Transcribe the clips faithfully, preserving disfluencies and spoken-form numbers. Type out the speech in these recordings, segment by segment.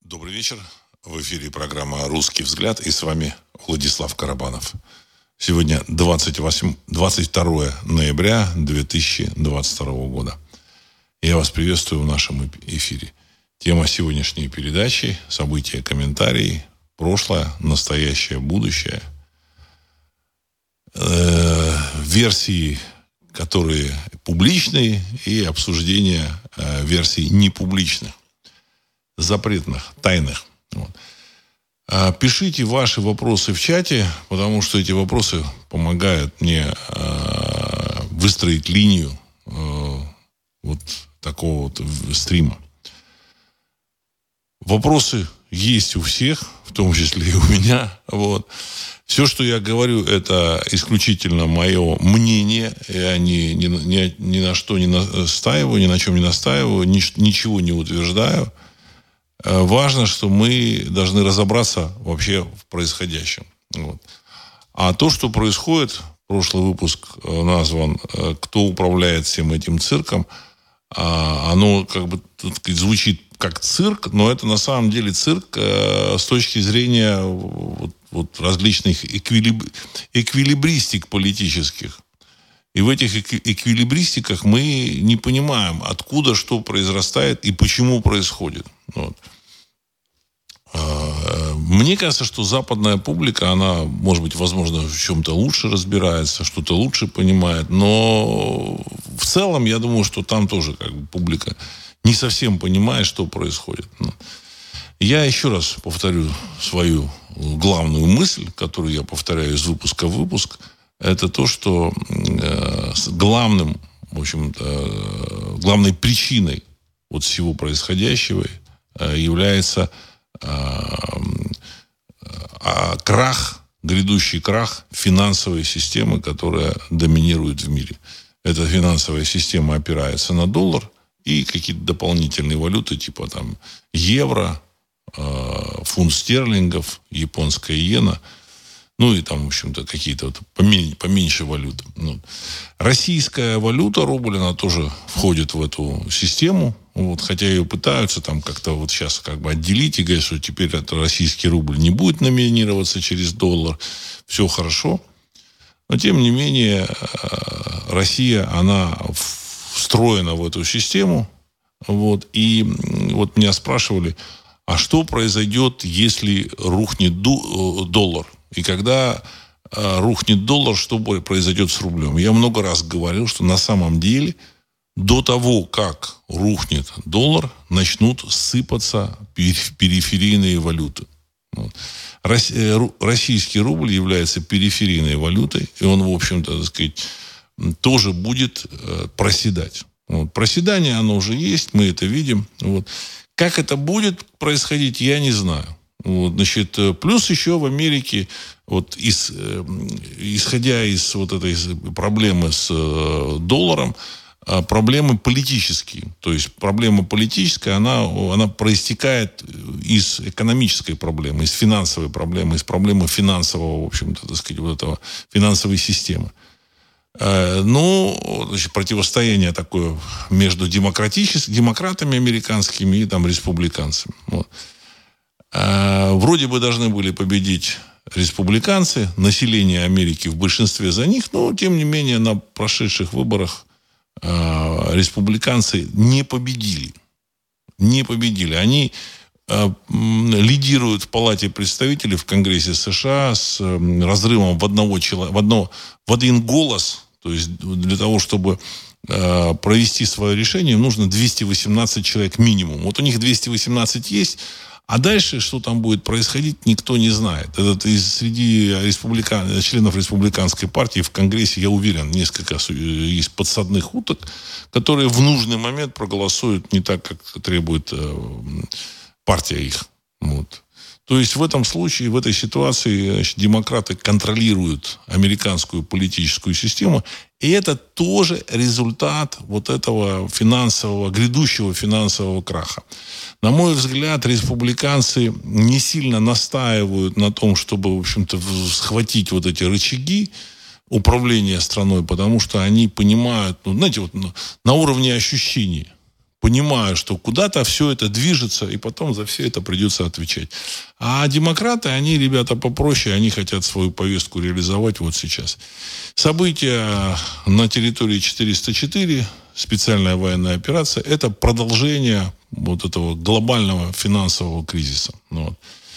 Добрый вечер. В эфире программа «Русский взгляд». И с вами Владислав Карабанов. Сегодня двадцать восьмое, двадцать второе ноября две тысячи двадцать второго года. Я вас приветствую в нашем эфире. Тема сегодняшней передачи – события, комментарии, прошлое, настоящее, будущее. Э, версии, которые публичные, и обсуждение э, версий непубличных, запретных, тайных. Вот. А, пишите ваши вопросы в чате, потому что эти вопросы помогают мне э, выстроить линию э, вот такого вот стрима. Вопросы есть у всех, в том числе и у меня. Вот. Все, что я говорю, это исключительно мое мнение. Я ни, ни, ни, ни на что не настаиваю, ни на чем не настаиваю, ни, ничего не утверждаю. Важно, что мы должны разобраться вообще в происходящем. Вот. А то, что происходит, прошлый выпуск назван «Кто управляет всем этим цирком», оно как бы так сказать, звучит как цирк, но это на самом деле цирк с точки зрения вот, вот различных эквилиб... эквилибристик политических. И в этих эквилибристиках мы не понимаем, откуда что произрастает и почему происходит. Вот. Мне кажется, что западная публика, она, может быть, возможно, в чем-то лучше разбирается, что-то лучше понимает, но в целом, я думаю, что там тоже как бы публика не совсем понимает, что происходит. Я еще раз повторю свою главную мысль, которую я повторяю из выпуска в выпуск. Это то, что э, главным, в общем-то, э, главной причиной вот всего происходящего э, является э, э, крах, грядущий крах финансовой системы, которая доминирует в мире. Эта финансовая система опирается на доллар и какие-то дополнительные валюты, типа там евро, э, фунт стерлингов, японская иена. Ну, и там, в общем-то, какие-то вот поменьше, поменьше валюты. Ну, российская валюта, рубль, она тоже входит в эту систему. Вот, хотя ее пытаются там как-то вот сейчас как бы отделить и говорят, что теперь это российский рубль не будет номинироваться через доллар. Все хорошо. Но, тем не менее, Россия, она встроена в эту систему. Вот, и вот меня спрашивали, а что произойдет, если рухнет доллар? И когда э, рухнет доллар, что произойдет с рублем? Я много раз говорил, что на самом деле до того, как рухнет доллар, начнут сыпаться периферийные валюты. Вот. Российский рубль является периферийной валютой, и он, в общем-то, так сказать, тоже будет э, проседать. Вот. Проседание, оно уже есть, мы это видим. Вот. Как это будет происходить, я не знаю. Вот, значит, плюс еще в Америке, вот, из, исходя из вот этой проблемы с долларом, проблемы политические. То есть проблема политическая, она, она проистекает из экономической проблемы, из финансовой проблемы, из проблемы финансового, в общем-то, так сказать, вот этого, финансовой системы. Ну, значит, противостояние такое между демократическими, демократами американскими и там республиканцами. Вот. Вроде бы должны были победить республиканцы, население Америки в большинстве за них, но, тем не менее, на прошедших выборах республиканцы не победили. Не победили. Они лидируют в Палате представителей в Конгрессе США с разрывом в, одного, в, одно, в один голос. То есть для того, чтобы провести свое решение, нужно двести восемнадцать человек минимум. Вот у них двести восемнадцать есть. А дальше, что там будет происходить, никто не знает. Это из, среди республикан... членов республиканской партии в Конгрессе, я уверен, несколько есть подсадных уток, которые в нужный момент проголосуют не так, как требует э, партия их. Вот. То есть в этом случае, в этой ситуации, значит, демократы контролируют американскую политическую систему. И это тоже результат вот этого финансового, грядущего финансового краха. На мой взгляд, республиканцы не сильно настаивают на том, чтобы, в общем-то, схватить вот эти рычаги управления страной, потому что они понимают, ну, знаете, вот на уровне ощущений. понимая, что куда-то все это движется, и потом за все это придется отвечать. А демократы, они, ребята, попроще, они хотят свою повестку реализовать вот сейчас. События на территории четыреста четыре, специальная военная операция, это продолжение вот этого глобального финансового кризиса. Вот.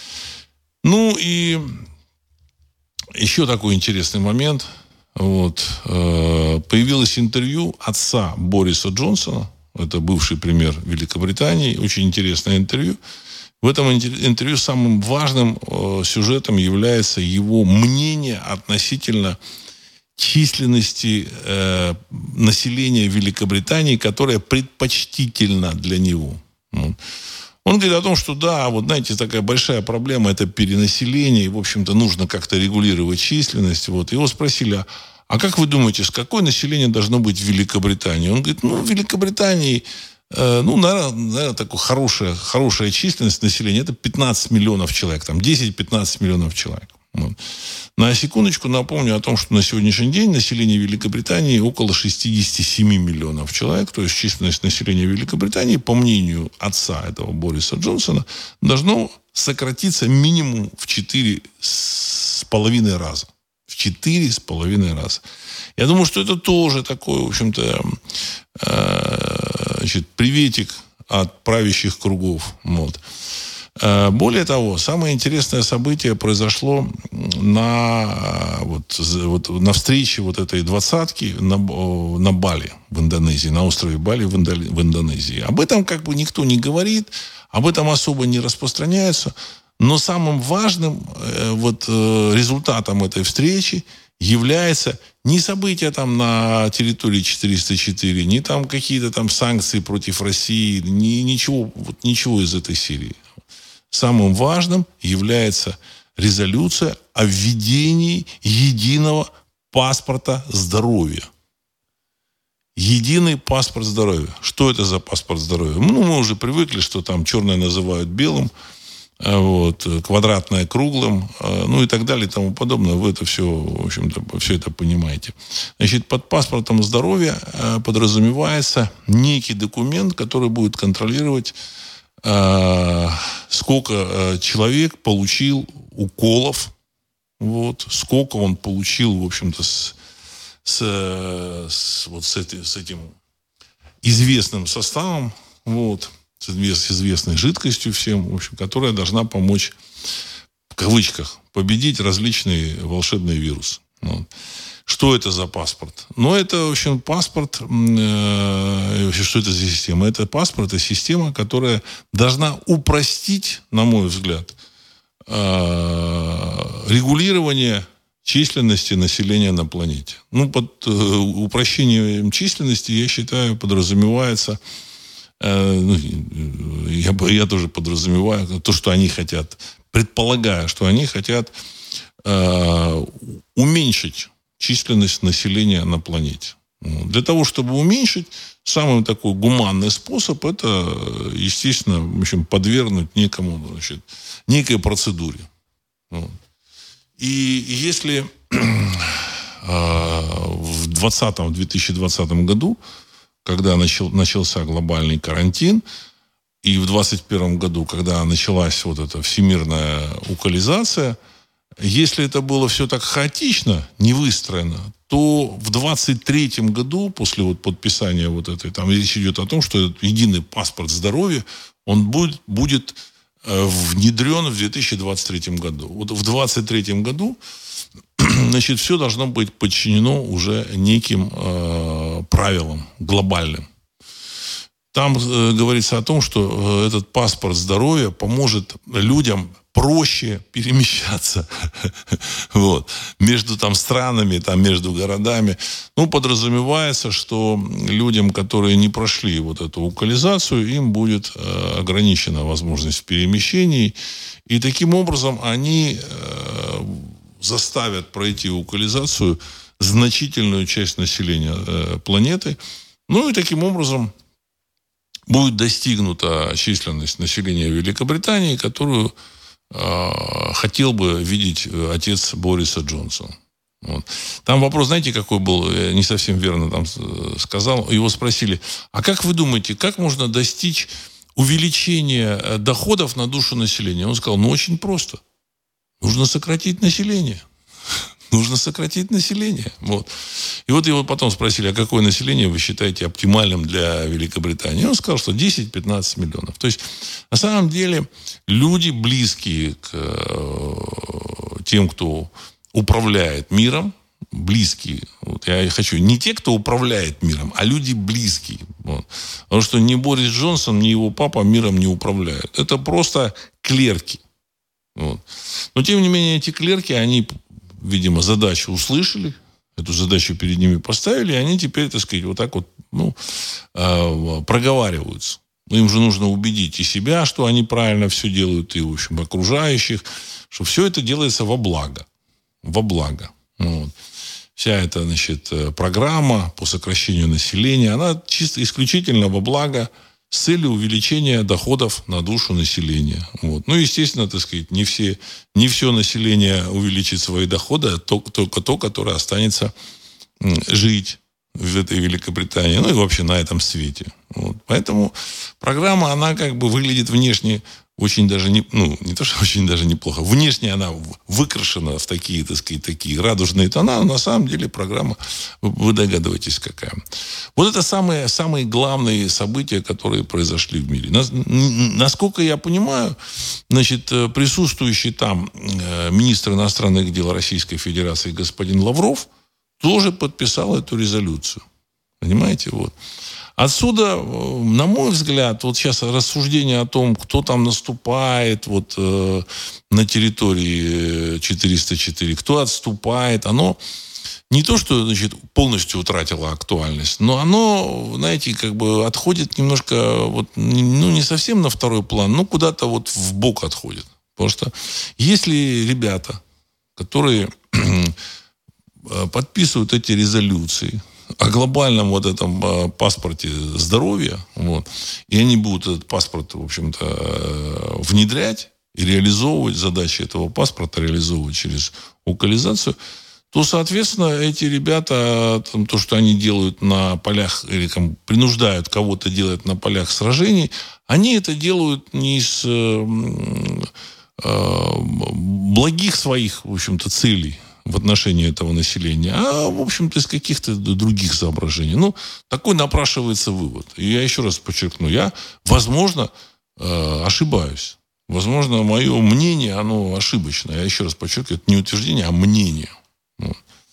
Ну и еще такой интересный момент. Вот. Появилось интервью отца Бориса Джонсона. Это бывший премьер Великобритании. Очень интересное интервью. В этом интервью самым важным сюжетом является его мнение относительно численности э, населения Великобритании, которая предпочтительна для него. Вот. Он говорит о том, что да, вот знаете, такая большая проблема, это перенаселение, и, в общем-то, нужно как-то регулировать численность. Вот. Его спросили, а, а как вы думаете, с какое население должно быть в Великобритании? Он говорит, ну, в Великобритании, э, ну, наверное, наверное такая хорошая, хорошая численность населения, это пятнадцать миллионов человек, там десять-пятнадцать миллионов человек. Вот. На секундочку напомню о том, что на сегодняшний день население Великобритании около шестьдесят семь миллионов человек. То есть численность населения Великобритании, по мнению отца этого Бориса Джонсона, должно сократиться минимум в четыре с половиной раза. В четыре с половиной раза. Я думаю, что это тоже такой, в общем-то, э, значит, приветик от правящих кругов. Вот. Более того, самое интересное событие произошло на, вот, вот, на встрече вот этой двадцатки на, на Бали в Индонезии, на острове Бали в, Индо, в Индонезии. Об этом как бы никто не говорит, об этом особо не распространяется, но самым важным вот, результатом этой встречи является не события там на территории четыреста четыре, не там какие-то там санкции против России, ни, ничего, вот, ничего из этой серии. Самым важным является резолюция о введении единого паспорта здоровья. Единый паспорт здоровья. Что это за паспорт здоровья? Ну, мы уже привыкли, что там черное называют белым, вот, квадратное круглым, ну и так далее и тому подобное. Вы это все, в общем-то, все это понимаете. Значит, под паспортом здоровья подразумевается некий документ, который будет контролировать, сколько человек получил уколов, вот, сколько он получил, в общем-то, с, с, с, вот с, эти, с этим известным составом, вот, с известной жидкостью всем, в общем, которая должна помочь, в кавычках, победить различные волшебные вирусы. Вот. Что это за паспорт? Ну, это, в общем, паспорт, э, что это за система? Это паспорт, это система, которая должна упростить, на мой взгляд, э, регулирование численности населения на планете. Ну, под э, упрощением численности, я считаю, подразумевается, э, ну, я, я тоже подразумеваю то, что они хотят, предполагаю, что они хотят э, уменьшить численность населения на планете. Для того, чтобы уменьшить, самый такой гуманный способ, это, естественно, в общем, подвергнуть некому, значит, некой процедуре. И если в двадцатом, две тысячи двадцатом году, когда начал, начался глобальный карантин, и в двадцать первом году, когда началась вот эта всемирная укализация, если это было все так хаотично, не выстроено, то в двадцать третьем году, после вот подписания вот этой, там речь идет о том, что этот единый паспорт здоровья, он будет, будет э, внедрен в две тысячи двадцать третьем году. Вот в двадцать третьем году, значит, все должно быть подчинено уже неким э, правилам глобальным. Там э, говорится о том, что э, этот паспорт здоровья поможет людям проще перемещаться вот, между там странами, там, между городами. Ну, подразумевается, что людям, которые не прошли вот эту укализацию, им будет э, ограничена возможность перемещений. И таким образом они э, заставят пройти укализацию значительную часть населения э, планеты. Ну, и таким образом будет достигнута численность населения Великобритании, которую хотел бы видеть отец Бориса Джонсона. Вот. Там вопрос, знаете, какой был, я не совсем верно там сказал. Его спросили, а как вы думаете, как можно достичь увеличения доходов на душу населения? Он сказал, ну, очень просто. Нужно сократить население. Нужно сократить население. Вот. И вот его потом спросили, а какое население вы считаете оптимальным для Великобритании? И он сказал, что десять-пятнадцать миллионов. То есть, на самом деле, люди, близкие к тем, кто управляет миром, близкие. Вот, я хочу, не те, кто управляет миром, а люди близкие. Вот. Потому что ни Борис Джонсон, ни его папа миром не управляют. Это просто клерки. Вот. Но, тем не менее, эти клерки, они, видимо, задачу услышали, эту задачу перед ними поставили, и они теперь, так сказать, вот так вот, ну, э, проговариваются. Но им же нужно убедить и себя, что они правильно все делают, и, в общем, окружающих, что все это делается во благо. Во благо. Вот. Вся эта, значит, программа по сокращению населения, она чисто исключительно во благо с целью увеличения доходов на душу населения. Вот. Ну, естественно, так сказать, не, все, не все население увеличит свои доходы, а только то, которое останется жить в этой Великобритании, ну и вообще на этом свете. Вот. Поэтому программа, она как бы выглядит внешне очень даже не, ну, не то, что очень даже неплохо. Внешне она выкрашена в такие, так сказать, такие радужные тона, но на самом деле программа, вы догадываетесь, какая. Вот это самые, самые главные события, которые произошли в мире. Насколько я понимаю, значит, присутствующий там министр иностранных дел Российской Федерации господин Лавров тоже подписал эту резолюцию. Понимаете? Вот. Отсюда, на мой взгляд, вот сейчас рассуждение о том, кто там наступает вот, э, на территории четыреста четыре, кто отступает, оно не то, что, значит, полностью утратило актуальность, но оно, знаете, как бы отходит немножко, вот, ну, не совсем на второй план, но куда-то вот в бок отходит. Потому что если ребята, которые подписывают эти резолюции о глобальном вот этом э, паспорте здоровья, вот, и они будут этот паспорт, в общем-то, э, внедрять и реализовывать задачи этого паспорта, реализовывать через локализацию, то, соответственно, эти ребята, там, то, что они делают на полях, или там, принуждают кого-то делать на полях сражений, они это делают не из э, э, благих своих, в общем-то, целей в отношении этого населения, а, в общем-то, из каких-то других соображений. Ну, такой напрашивается вывод. И я еще раз подчеркну, я, возможно, э, ошибаюсь. Возможно, мое мнение, оно ошибочное. Я еще раз подчеркиваю, это не утверждение, а мнение. Вот.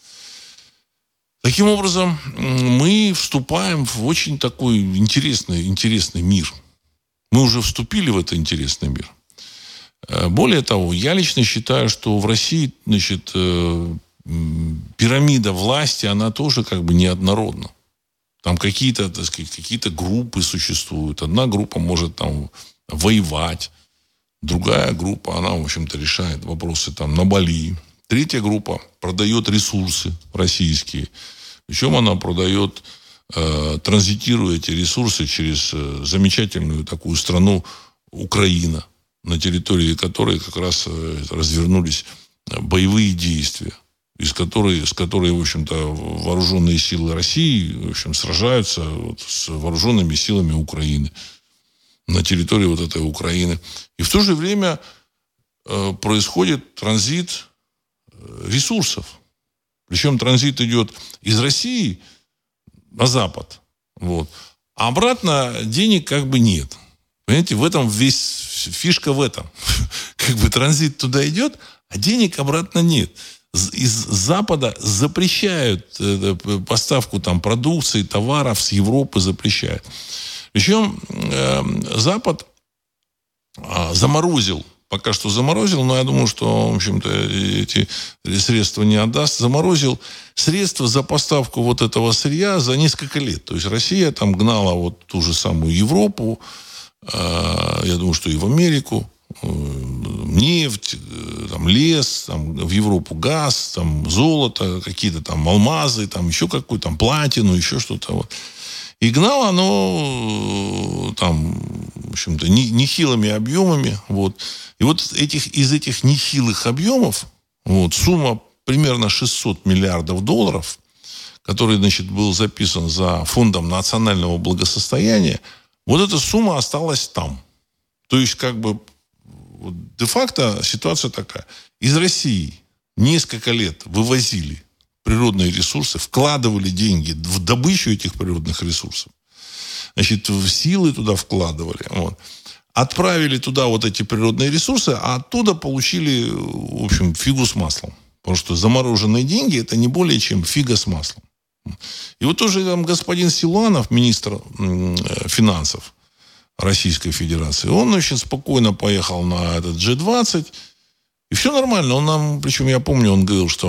Таким образом, мы вступаем в очень такой интересный, интересный мир. Мы уже вступили в этот интересный мир. Более того, я лично считаю, что в России, значит, пирамида власти, она тоже как бы неоднородна. Там какие-то, так сказать, какие-то группы существуют. Одна группа может там воевать, другая группа, она, в общем-то, решает вопросы там на Бали. Третья группа продает ресурсы российские. Причем она продает, э, транзитируя эти ресурсы через э, замечательную такую страну Украина, на территории которой как раз развернулись боевые действия, из которой, с которой, в общем-то, вооруженные силы России, в общем, сражаются вот с вооруженными силами Украины на территории вот этой Украины. И в то же время э, происходит транзит ресурсов. Причем транзит идет из России на Запад. Вот. А обратно денег как бы нет. Понимаете, в этом весь фишка в этом. Как бы транзит туда идет, а денег обратно нет. Из Запада запрещают поставку там продукции, товаров, с Европы запрещают. Причем э, Запад э, заморозил, пока что заморозил, но я думаю, что, в общем-то, эти средства не отдаст, заморозил средства за поставку вот этого сырья за несколько лет. То есть Россия там гнала вот ту же самую Европу, я думаю, что и в Америку, нефть, там, лес, там, в Европу газ, там, золото, какие-то там алмазы, там, еще какую-то там платину, еще что-то. Вот. И гнало оно там, в общем-то, нехилыми объемами. Вот. И вот этих, из этих нехилых объемов вот, сумма примерно шестьсот миллиардов долларов, который, значит, был записан за фондом национального благосостояния, вот эта сумма осталась там. То есть, как бы, вот, де-факто ситуация такая. Из России несколько лет вывозили природные ресурсы, вкладывали деньги в добычу этих природных ресурсов. Значит, силы туда вкладывали. Вот. Отправили туда вот эти природные ресурсы, а оттуда получили, в общем, фигу с маслом. Потому что замороженные деньги – это не более чем фига с маслом. И вот тоже там господин Силуанов, министр финансов Российской Федерации, он очень спокойно поехал на этот джи двадцать, и все нормально. Он нам, причем я помню, он говорил, что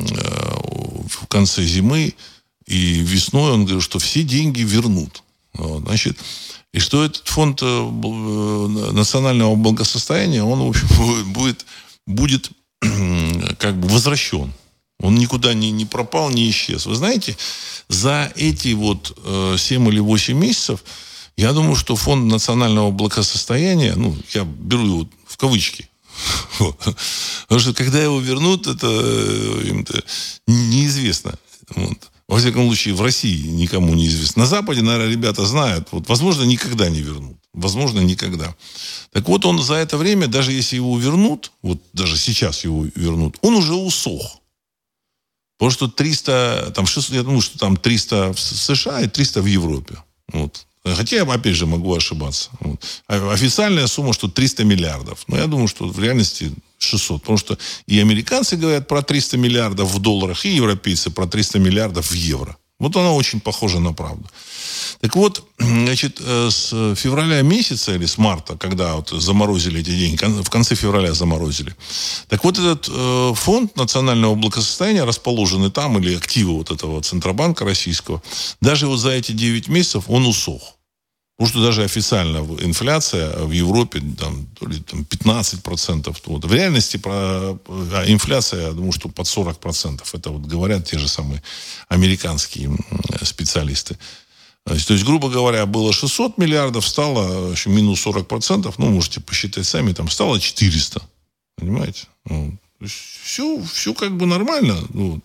в конце зимы и весной он говорил, что все деньги вернут. Вот, значит, и что этот фонд национального благосостояния, он, в общем, будет, будет как бы возвращен. Он никуда не, не пропал, не исчез. Вы знаете, за эти вот э, семь или восемь месяцев, я думаю, что фонд национального благосостояния, ну, я беру его в кавычки, вот. Потому что когда его вернут, это им-то неизвестно. Вот. Во всяком случае, в России никому неизвестно. На Западе, наверное, ребята знают. Вот, возможно, никогда не вернут. Возможно, никогда. Так вот, он за это время, даже если его вернут, вот даже сейчас его вернут, он уже усох. Потому что триста, там шестьсот, я думаю, что там триста в США и триста в Европе. Вот. Хотя я, опять же, могу ошибаться. Вот. Официальная сумма, что триста миллиардов. Но я думаю, что в реальности шестьсот. Потому что и американцы говорят про триста миллиардов в долларах, и европейцы про триста миллиардов в евро. Вот она очень похожа на правду. Так вот, значит, с февраля месяца или с марта, когда вот заморозили эти деньги, в конце февраля заморозили. Так вот, этот э, фонд национального благосостояния, расположенный там, или активы вот этого Центробанка российского, даже вот за эти девять месяцев он усох. Потому что даже официально инфляция в Европе там, то ли, там пятнадцать процентов. Вот. В реальности про, а инфляция, я думаю, что под сорок процентов. Это вот говорят те же самые американские специалисты. То есть, грубо говоря, было шестьсот миллиардов, стало еще минус сорок процентов. Ну, можете посчитать сами, там стало четыреста. Понимаете? Вот. То есть, все, все как бы нормально. Вот.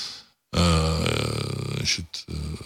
А, значит...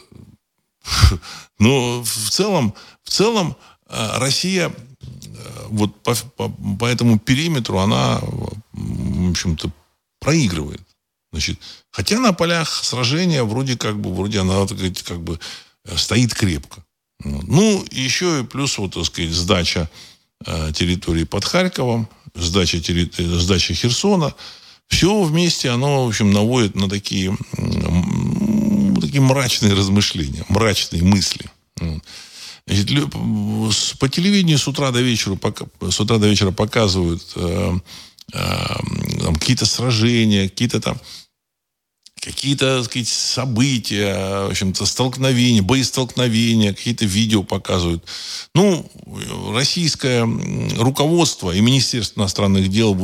Но в целом, в целом Россия вот по, по, по этому периметру она, в общем-то, проигрывает. Значит, хотя на полях сражения вроде как бы, вроде она, так сказать, как бы стоит крепко. Ну, еще и плюс, вот, так сказать, сдача территории под Харьковом, сдача, территории, сдача Херсона. Все вместе, оно, в общем, наводит на такие... такие мрачные размышления, мрачные мысли. Значит, по телевидению с утра до вечера, с утра до вечера показывают э, э, там, какие-то сражения, какие-то там какие-то, так сказать, события, в общем-то, столкновения, боестолкновения, какие-то видео показывают. Ну, российское руководство и Министерство иностранных дел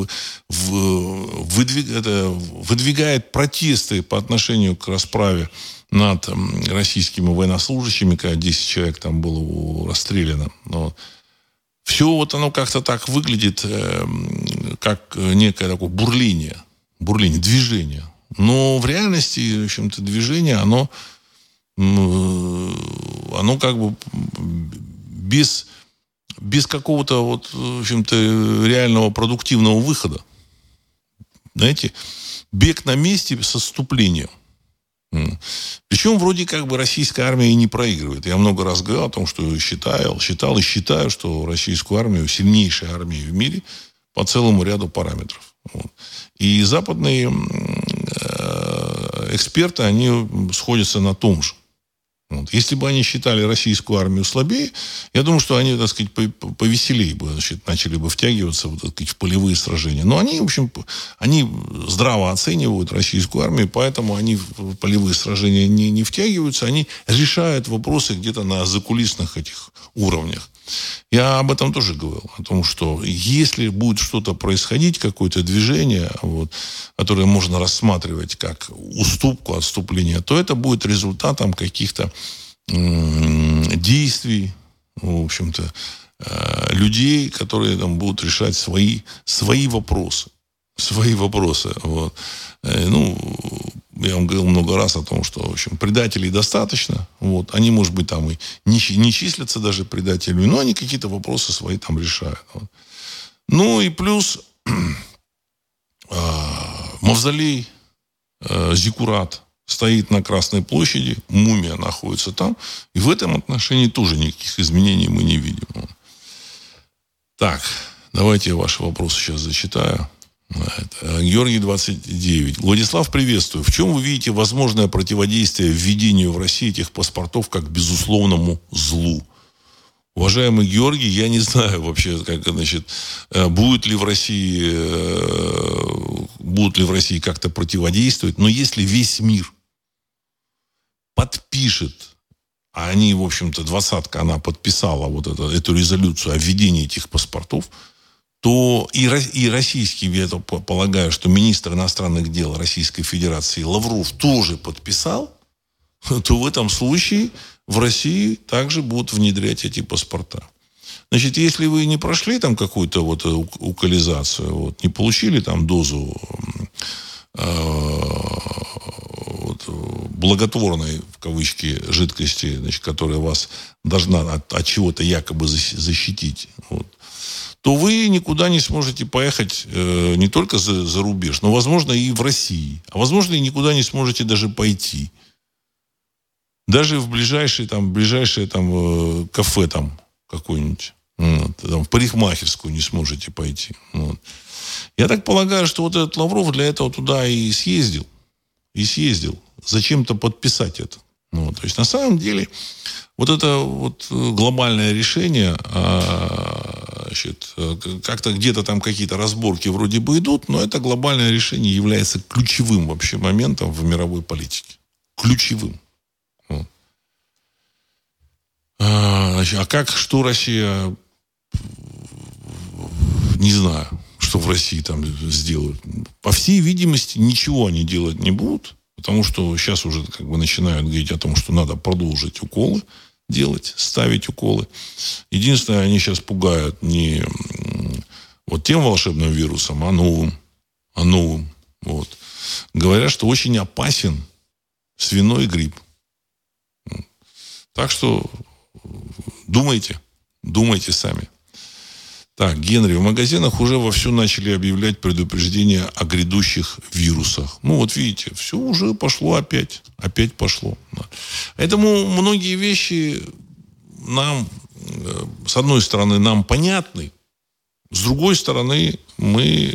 выдвигает протесты по отношению к расправе над российскими военнослужащими, когда десять человек там было расстреляно. Но все вот оно как-то так выглядит, как некое такое бурление, бурление, движение. Но в реальности, в общем-то, движение, оно, оно как бы без, без какого-то вот, в общем-то, реального продуктивного выхода. Знаете, бег на месте с отступлением. Причем вроде как бы российская армия и не проигрывает. Я много раз говорил о том, что считал, считал и считаю, что российскую армию сильнейшая армия в мире по целому ряду параметров. Вот. И западные эксперты, они сходятся на том же. Вот. Если бы они считали российскую армию слабее, я думаю, что они, так сказать, повеселее бы, значит, начали бы втягиваться, вот, так сказать, в полевые сражения. Но они, в общем, они здраво оценивают российскую армию, поэтому они в полевые сражения не, не втягиваются, они решают вопросы где-то на закулисных этих уровнях. Я об этом тоже говорил, о том, что если будет что-то происходить, какое-то движение, вот, которое можно рассматривать как уступку, отступление, то это будет результатом каких-то м- действий, в общем-то, э- людей, которые там будут решать свои, свои вопросы. свои вопросы. Вот. Ну, я вам говорил много раз о том, что, в общем, предателей достаточно. Вот. Они, может быть, там и не, не числятся даже предателями, но они какие-то вопросы свои там решают. Вот. Ну, и плюс мавзолей Зиккурат стоит на Красной площади, мумия находится там, и в этом отношении тоже никаких изменений мы не видим. Так, давайте я ваши вопросы сейчас зачитаю. Георгий, двадцать девять. Владислав, приветствую. В чем вы видите возможное противодействие введению в России этих паспортов как безусловному злу? Уважаемый Георгий, я не знаю вообще, как, значит, будет ли в России, будут ли в России как-то противодействовать, но если весь мир подпишет, а они, в общем-то, двадцатка, она подписала вот это, эту резолюцию о введении этих паспортов, то и, и российский, я полагаю, что министр иностранных дел Российской Федерации Лавров тоже подписал, то в этом случае в России также будут внедрять эти паспорта. Значит, если вы не прошли там какую-то вот укализацию, вот, не получили там дозу э, вот, благотворной, в кавычки, жидкости, значит, которая вас должна от, от чего-то якобы защитить, вот, то вы никуда не сможете поехать э, не только за, за рубеж, но, возможно, и в России. А, возможно, и никуда не сможете даже пойти. Даже в ближайшее, там, ближайшее там, э, кафе там, какое-нибудь. Вот, там, в парикмахерскую не сможете пойти. Вот. Я так полагаю, что вот этот Лавров для этого туда и съездил. И съездил. Зачем-то подписать это. Вот. То есть, на самом деле, вот это вот глобальное решение, значит, как-то где-то там какие-то разборки вроде бы идут, но это глобальное решение является ключевым вообще моментом в мировой политике. Ключевым. Вот. А как, что Россия, не знаю, что в России там сделают. По всей видимости, ничего они делать не будут, потому что сейчас уже как бы начинают говорить о том, что надо продолжить уколы делать, ставить уколы. Единственное, они сейчас пугают не вот тем волшебным вирусом, а новым. А новым. Вот. Говорят, что очень опасен свиной грипп. Так что думайте, думайте сами. Так, Генри, в магазинах уже вовсю начали объявлять предупреждения о грядущих вирусах. Ну, вот видите, все уже пошло опять. Опять пошло. Поэтому многие вещи нам, с одной стороны, нам понятны, с другой стороны, мы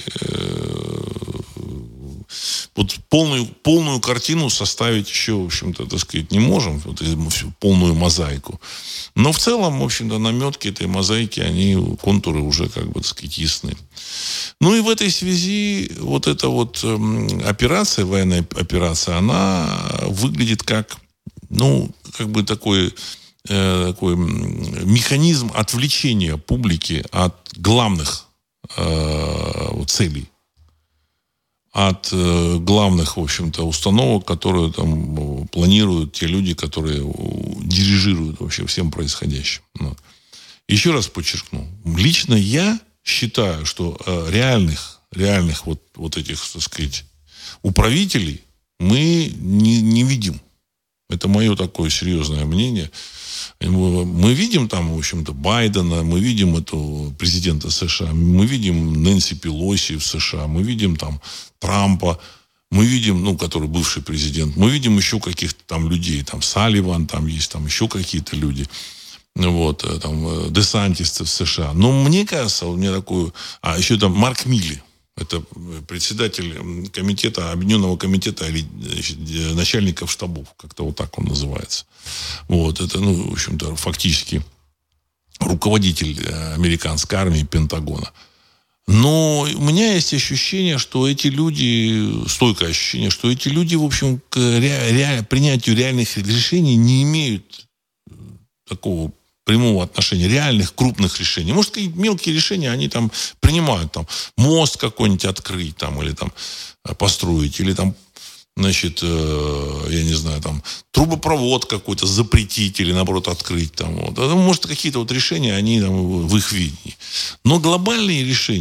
вот полную, полную картину составить еще, в общем-то, так сказать, не можем, вот, полную мозаику. Но в целом, в общем-то, наметки этой мозаики, они, контуры уже, как бы, так сказать, ясны. Ну и в этой связи вот эта вот э, операция, военная операция, она выглядит как, ну, как бы такой, э, такой механизм отвлечения публики от главных э, целей. От э, главных, в общем-то, установок, которые там планируют те люди, которые дирижируют вообще всем происходящим. Вот. Еще раз подчеркну. Лично я считаю, что э, реальных, реальных вот, вот этих, так сказать, управителей мы не, не видим. Это мое такое серьезное мнение. Мы видим там, в общем-то, Байдена, мы видим этого президента США, мы видим Нэнси Пелоси в США, мы видим там Трампа, мы видим, ну, который бывший президент, мы видим еще каких-то там людей, там Салливан, там есть там еще какие-то люди, вот, там Десантис в США. Но мне кажется, у меня такой, а еще там Марк Милли. Это председатель комитета, Объединенного комитета или, значит, начальников штабов. Как-то вот так он называется. Вот. Это, ну, в общем-то, фактически руководитель американской армии, Пентагона. Но у меня есть ощущение, что эти люди, стойкое ощущение, что эти люди, в общем, к ре, ре, принятию реальных решений не имеют такого прямого отношения, реальных крупных решений. Может, какие-то мелкие решения они там принимают, там, мост какой-нибудь открыть, там, или там построить, или там, значит, э, я не знаю, там, трубопровод какой-то запретить, или, наоборот, открыть, там, вот. Может, какие-то вот решения, они там в их видении. Но глобальные решения,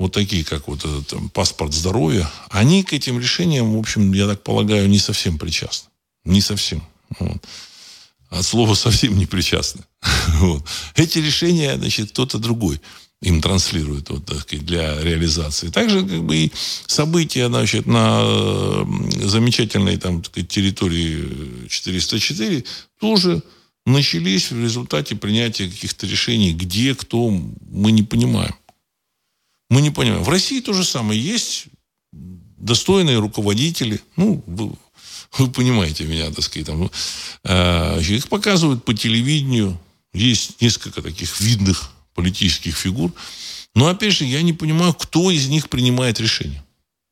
вот такие, как вот этот там, паспорт здоровья, они к этим решениям, в общем, я так полагаю, не совсем причастны. Не совсем. Вот. От слова совсем не причастны. Вот. Эти решения, значит, кто-то другой им транслирует вот, так сказать, для реализации. Также как бы, и события, значит, на замечательной там, так сказать, территории четыреста четыре тоже начались в результате принятия каких-то решений, где, кто, мы не понимаем. Мы не понимаем. В России то же самое. Есть достойные руководители, ну, вы, вы понимаете меня, так сказать, там, э, их показывают по телевидению, есть несколько таких видных политических фигур. Но, опять же, я не понимаю, кто из них принимает решение.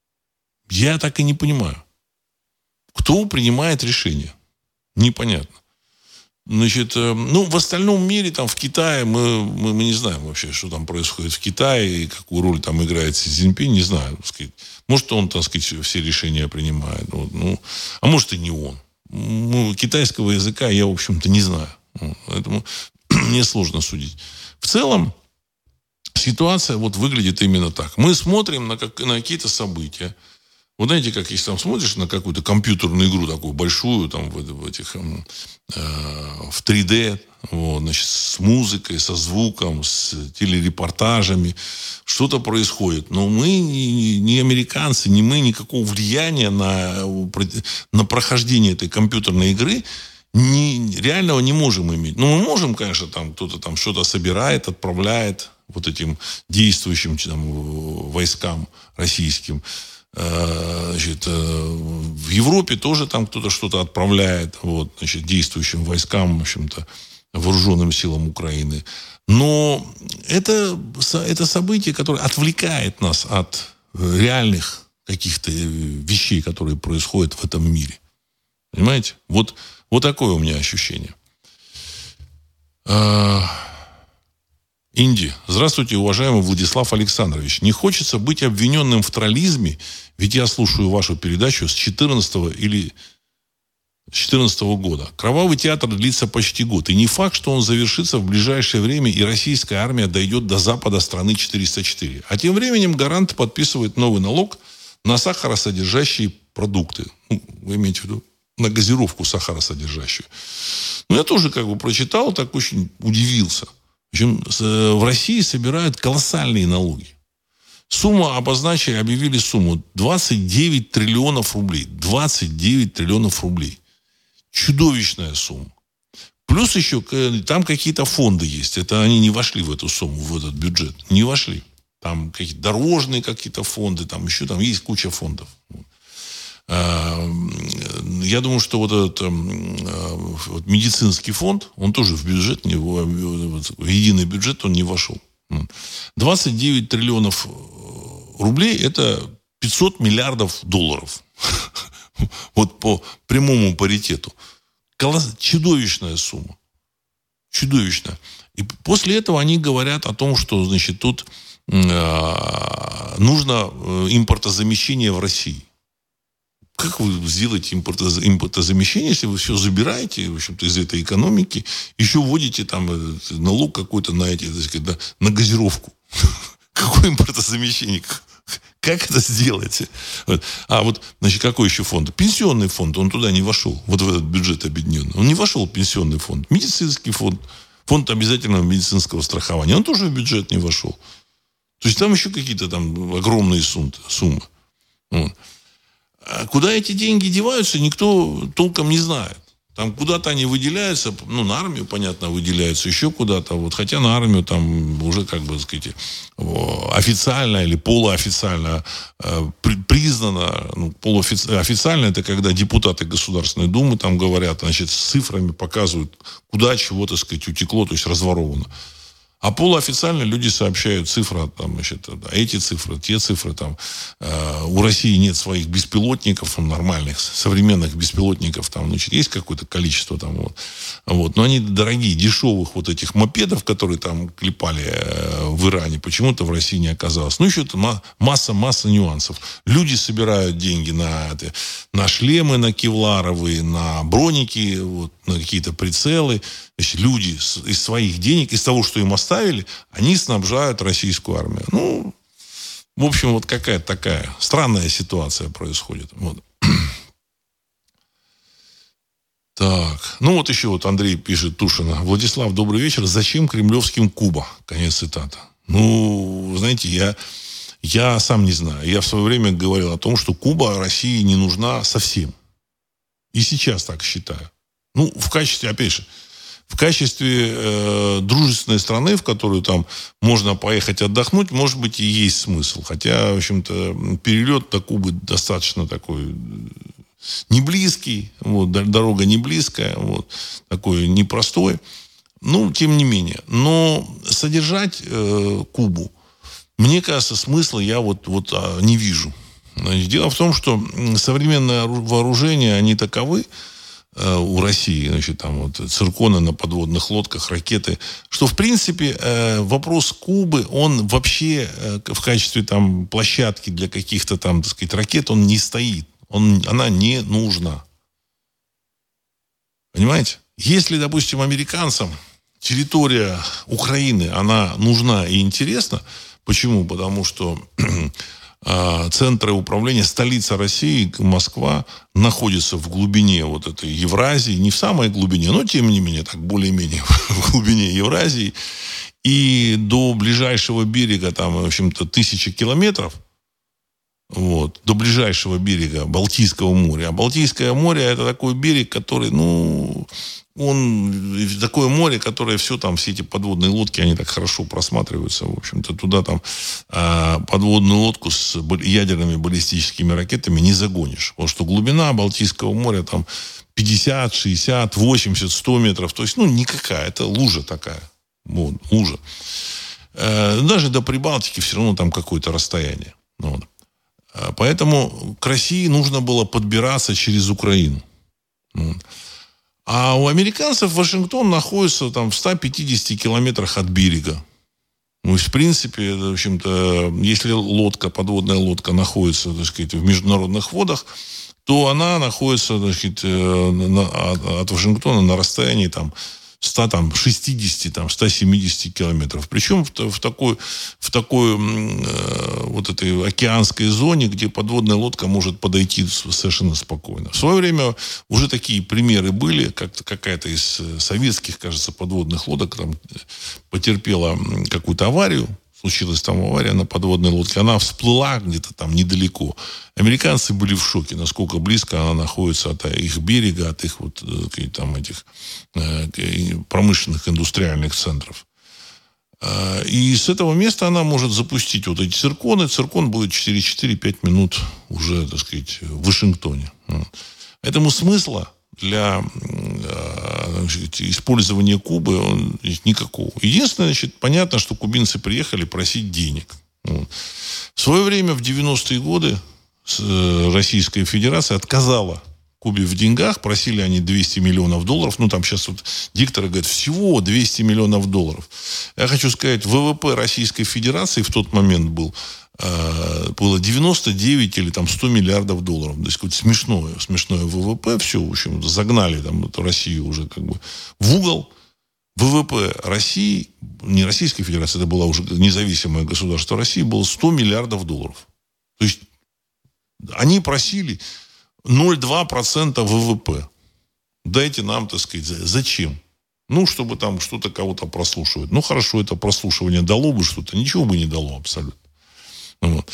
Я так и не понимаю. Кто принимает решение? Непонятно. Значит, ну, в остальном мире, там, в Китае, мы, мы, мы не знаем вообще, что там происходит в Китае, и какую роль там играет Си Цзиньпин, не знаю, так сказать. Может, он, так сказать, все решения принимает. Вот, ну, а может, и не он. Ну, китайского языка я, в общем-то, не знаю. Поэтому мне сложно судить. В целом, ситуация вот выглядит именно так. Мы смотрим на, как, на какие-то события. Вот знаете, как если там смотришь на какую-то компьютерную игру такую большую, там, в, в этих, э, в три дэ, вот, значит, с музыкой, со звуком, с телерепортажами, что-то происходит. Но мы, не, не американцы, не мы, никакого влияния на, на прохождение этой компьютерной игры не, реального не можем иметь. Ну, мы можем, конечно, там кто-то там что-то собирает, отправляет вот этим действующим там, войскам российским. Значит, в Европе тоже там кто-то что-то отправляет, вот, значит, действующим войскам, в общем-то, вооруженным силам Украины. Но это, это событие, которое отвлекает нас от реальных каких-то вещей, которые происходят в этом мире. Понимаете? Вот, вот такое у меня ощущение. Инди. Здравствуйте, уважаемый Владислав Александрович. Не хочется быть обвиненным в троллизме, ведь я слушаю вашу передачу с четырнадцатого или четырнадцатого года. Кровавый театр длится почти год. И не факт, что он завершится в ближайшее время, и российская армия дойдет до запада страны четыреста четыре. А тем временем Гарант подписывает новый налог на сахаросодержащие продукты. Ну, вы имеете в виду на газировку сахаросодержащую. Ну, я тоже как бы прочитал, так очень удивился. В общем, в России собирают колоссальные налоги. Сумма обозначили, объявили сумму двадцать девять триллионов рублей. двадцать девять триллионов рублей. Чудовищная сумма. Плюс еще там какие-то фонды есть. Это они не вошли в эту сумму, в этот бюджет. Не вошли. Там какие-то дорожные какие-то фонды, там еще там есть куча фондов. Я думаю, что вот этот вот медицинский фонд, он тоже в бюджет, не, в единый бюджет он не вошел. двадцать девять триллионов рублей – это пятьсот миллиардов долларов. Вот по прямому паритету. Чудовищная сумма. Чудовищная. И после этого они говорят о том, что, значит, тут нужно импортозамещение в России. Как вы сделаете импортозамещение, если вы все забираете, в общем-то, из этой экономики, еще вводите там налог какой-то на эти, так сказать, на газировку? Какое импортозамещение? Как это сделаете? Вот. А вот, значит, какой еще фонд? Пенсионный фонд, он туда не вошел, вот в этот бюджет объединенный. Он не вошел, пенсионный фонд. Медицинский фонд, фонд обязательного медицинского страхования, он тоже в бюджет не вошел. То есть там еще какие-то там огромные суммы. Вот. А куда эти деньги деваются, никто толком не знает. Там куда-то они выделяются, ну, на армию, понятно, выделяются, еще куда-то. Вот, хотя на армию там уже, как бы, так сказать, официально или полуофициально э, при, признано, ну, полуофициально, официально это когда депутаты Государственной Думы там говорят, значит, с цифрами показывают, куда чего, так сказать, утекло, то есть разворовано. А полуофициально люди сообщают цифры, там, значит, эти цифры, те цифры. Там, э, у России нет своих беспилотников, нормальных, современных беспилотников. Там, значит, есть какое-то количество. Там, вот, вот. Но они дорогие, дешевых вот этих мопедов, которые там клепали э, в Иране, почему-то в России не оказалось. Ну, еще это масса-масса нюансов. Люди собирают деньги на, на шлемы, на кевларовые, на броники, вот, на какие-то прицелы. Значит, люди из своих денег, из того, что им оставили, они снабжают российскую армию. Ну, В общем, вот какая-то такая странная ситуация происходит. Вот. Так, ну вот еще вот Андрей пишет, Тушина. Владислав, добрый вечер. Зачем кремлевским Куба? Конец цитаты. Ну, знаете, я, я сам не знаю. Я в свое время говорил о том, что Куба России не нужна совсем. И сейчас так считаю. Ну, в качестве, опять же, в качестве э, дружественной страны, в которую там можно поехать отдохнуть, может быть, и есть смысл. Хотя, в общем-то, перелет до Кубы достаточно такой не близкий, вот, дорога не близкая, вот, такой непростой. Ну, тем не менее. Но содержать э, Кубу, мне кажется, смысла я вот, вот а, не вижу. Дело в том, что современные вооружения, они таковы э, у России, значит, там вот цирконы на подводных лодках, ракеты, что, в принципе, э, вопрос Кубы, он вообще э, в качестве там площадки для каких-то там, так сказать, ракет, он не стоит. Он, она не нужна. Понимаете? Если, допустим, американцам территория Украины, она нужна и интересна, почему? Потому что центры управления, столица России, Москва, находится в глубине вот этой Евразии, не в самой глубине, но тем не менее, так более-менее в глубине Евразии, и до ближайшего берега, там, в общем-то, тысячи километров, вот, до ближайшего берега Балтийского моря. А Балтийское море — это такой берег, который, ну, он, такое море, которое все там, все эти подводные лодки, они так хорошо просматриваются, в общем-то, туда там э, подводную лодку с ядерными баллистическими ракетами не загонишь. Потому что глубина Балтийского моря там пятьдесят, шестьдесят, восемьдесят, сто метров. То есть, ну, никакая, это лужа такая. Вот, лужа. Э, даже до Прибалтики все равно там какое-то расстояние. Вот. Поэтому к России нужно было подбираться через Украину. Вот. А у американцев Вашингтон находится там в ста пятидесяти километрах от берега. Ну, в принципе, в общем-то, если лодка, подводная лодка находится, так сказать, в международных водах, то она находится, так сказать, от Вашингтона на расстоянии там ста шестидесяти, там, ста семидесяти километров. Причем в, в такой, в такой э, вот этой океанской зоне, где подводная лодка может подойти совершенно спокойно. В свое время уже такие примеры были, как какая-то из советских, кажется, подводных лодок там потерпела какую-то аварию. Случилась там авария на подводной лодке. Она всплыла где-то там недалеко. Американцы были в шоке, насколько близко она находится от их берега, от их вот там этих промышленных индустриальных центров. И с этого места она может запустить вот эти цирконы. Циркон будет через четыре-пять минут уже, так сказать, в Вашингтоне. Поэтому смысла для значит, использования Кубы он, никакого. Единственное, значит, понятно, что кубинцы приехали просить денег. Вот. В свое время, в девяностые годы, Российская Федерация отказала Кубе в деньгах. Просили они двести миллионов долларов. Ну, там сейчас вот дикторы говорят, всего двести миллионов долларов. Я хочу сказать, ВВП Российской Федерации в тот момент был было девяносто девять или там сто миллиардов долларов. То есть какое-то смешное, смешное ВВП. Все, в общем, загнали там эту Россию уже как бы в угол. ВВП России, не Российской Федерации, это было уже независимое государство России, было сто миллиардов долларов. То есть они просили ноль целых два десятых процента ВВП. Дайте нам, так сказать, зачем? Ну, чтобы там что-то кого-то прослушивать. Ну, хорошо, это прослушивание дало бы что-то. Ничего бы не дало абсолютно. Вот.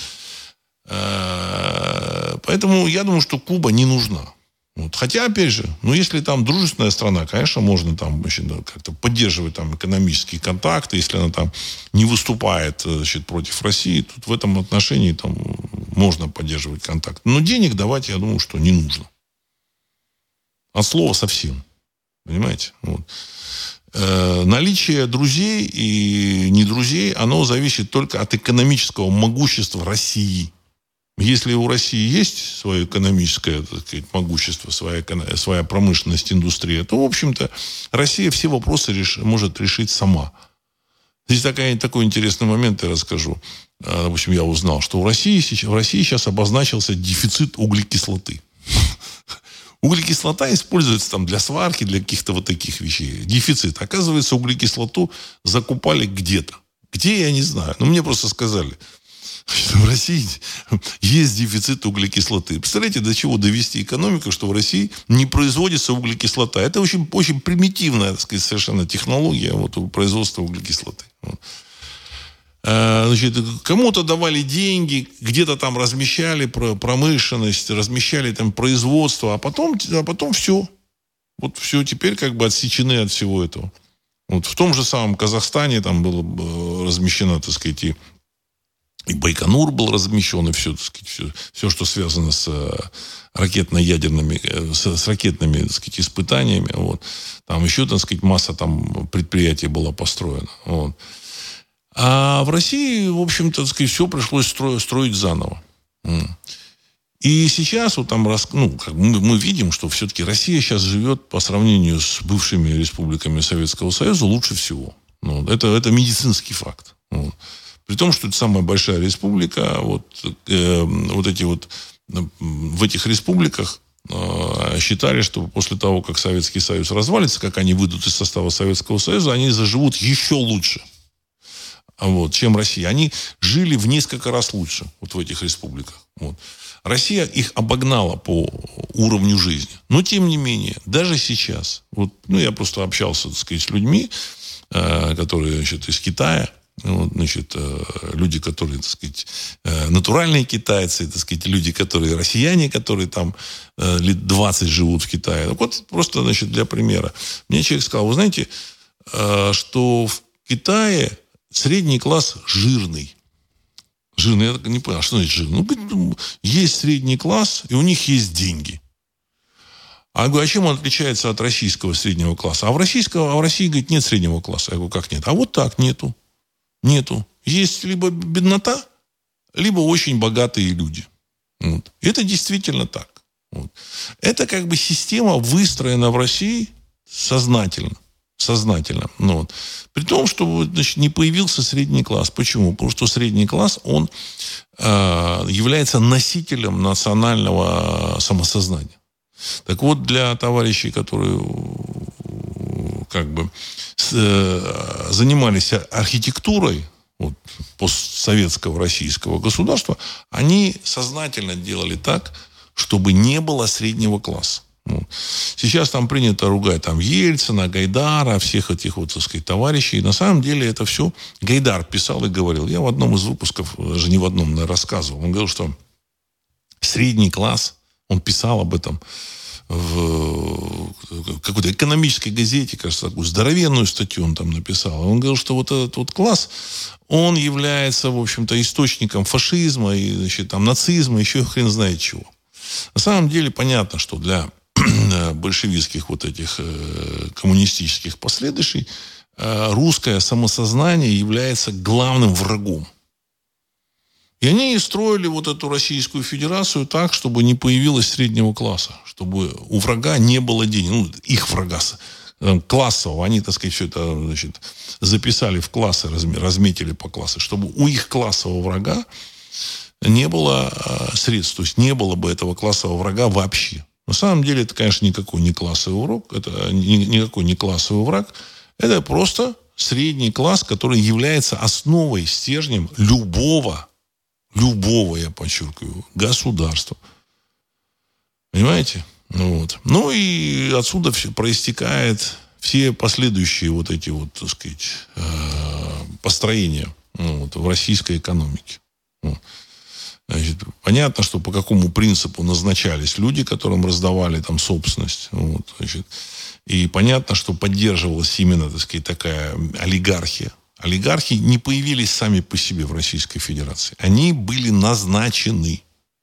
Поэтому я думаю, что Куба не нужна. Вот. Хотя, опять же, ну, если там дружественная страна, конечно, можно там как-то поддерживать там экономические контакты, если она там не выступает, значит, против России, тут в этом отношении там можно поддерживать контакт. Но денег давать, я думаю, что не нужно. От слова совсем. Понимаете? Вот. Наличие друзей и не друзей, оно зависит только от экономического могущества России. Если у России есть свое экономическое, так сказать, могущество, своя, своя промышленность, индустрия, то, в общем-то, Россия все вопросы реш, может решить сама. Здесь такая, такой интересный момент я расскажу. Допустим, я узнал, что в России, в России сейчас обозначился дефицит углекислоты. Углекислота используется там для сварки, для каких-то вот таких вещей. Дефицит. Оказывается, углекислоту закупали где-то. Где, я не знаю. Но мне просто сказали. В России есть дефицит углекислоты. Представляете, до чего довести экономику, что в России не производится углекислота. Это очень, очень примитивная, так сказать, совершенно технология вот, производства углекислоты. Вот. Значит, кому-то давали деньги, где-то там размещали промышленность, размещали там производство, а потом, а потом все. Вот все, теперь как бы отсечены от всего этого. Вот в том же самом Казахстане там было размещено, так сказать, и, и Байконур был размещен, и все, так сказать, все, все, что связано с ракетно-ядерными, с, с ракетными, так сказать, испытаниями. Вот. Там еще, так сказать, масса там предприятий была построена. Вот. А в России, в общем-то, так сказать, все пришлось строить, строить заново. И сейчас вот там, ну, как мы, мы видим, что все-таки Россия сейчас живет по сравнению с бывшими республиками Советского Союза лучше всего. Ну, это, это медицинский факт. Вот. При том, что это самая большая республика, вот, э, вот эти вот в этих республиках э, считали, что после того, как Советский Союз развалится, как они выйдут из состава Советского Союза, они заживут еще лучше. Вот, чем Россия. Они жили в несколько раз лучше вот в этих республиках. Вот. Россия их обогнала по уровню жизни. Но, тем не менее, даже сейчас, вот, ну, я просто общался, так сказать, с людьми, э, которые, значит, из Китая, вот, значит, э, люди, которые, так сказать, э, натуральные китайцы, так сказать, люди, которые россияне, которые там э, лет двадцать живут в Китае. Вот просто, значит, для примера. Мне человек сказал, вы знаете, э, что в Китае средний класс жирный. Жирный, я не понял, что значит жирный? Ну, есть средний класс, и у них есть деньги. А я говорю, а чем он отличается от российского среднего класса? А в, российского, а в России, говорит, нет среднего класса. Я говорю, как нет? А вот так нету. Нету. Есть либо беднота, либо очень богатые люди. Вот. Это действительно так. Вот. Это как бы система выстроена в России сознательно. Сознательно. Ну, вот. При том, что, значит, не появился средний класс. Почему? Потому что средний класс, он э, является носителем национального самосознания. Так вот, для товарищей, которые как бы с, э, занимались архитектурой вот, постсоветского российского государства, они сознательно делали так, чтобы не было среднего класса. Сейчас там принято ругать там Ельцина, Гайдара, всех этих вот, так сказать, товарищей. На самом деле это все Гайдар писал и говорил. Я в одном из выпусков, даже не в одном, наверное, рассказывал. Он говорил, что средний класс, он писал об этом в какой-то экономической газете, кажется, такую здоровенную статью он там написал. Он говорил, что вот этот вот класс, он является, в общем-то, источником фашизма и, значит, там, нацизма, еще хрен знает чего. На самом деле понятно, что для большевистских вот этих э, коммунистических последующих э, русское самосознание является главным врагом. И они строили вот эту Российскую Федерацию так, чтобы не появилось среднего класса, чтобы у врага не было денег, ну, их врага э, классового, они, так сказать, все это, значит, записали в классы, разметили по классам, чтобы у их классового врага не было э, средств, то есть не было бы этого классового врага вообще. На самом деле это, конечно, никакой не классовый урок, это никакой не классовый враг, это просто средний класс, который является основой, стержнем любого, любого, я подчеркиваю, государства. Понимаете? Ну, вот. Ну и отсюда все проистекает все последующие вот эти вот, так сказать, построения, ну, вот, в российской экономике. Вот. Значит, понятно, что по какому принципу назначались люди, которым раздавали там собственность. Вот, значит, и понятно, что поддерживалась именно, так сказать, такая олигархия. Олигархи не появились сами по себе в Российской Федерации. Они были назначены.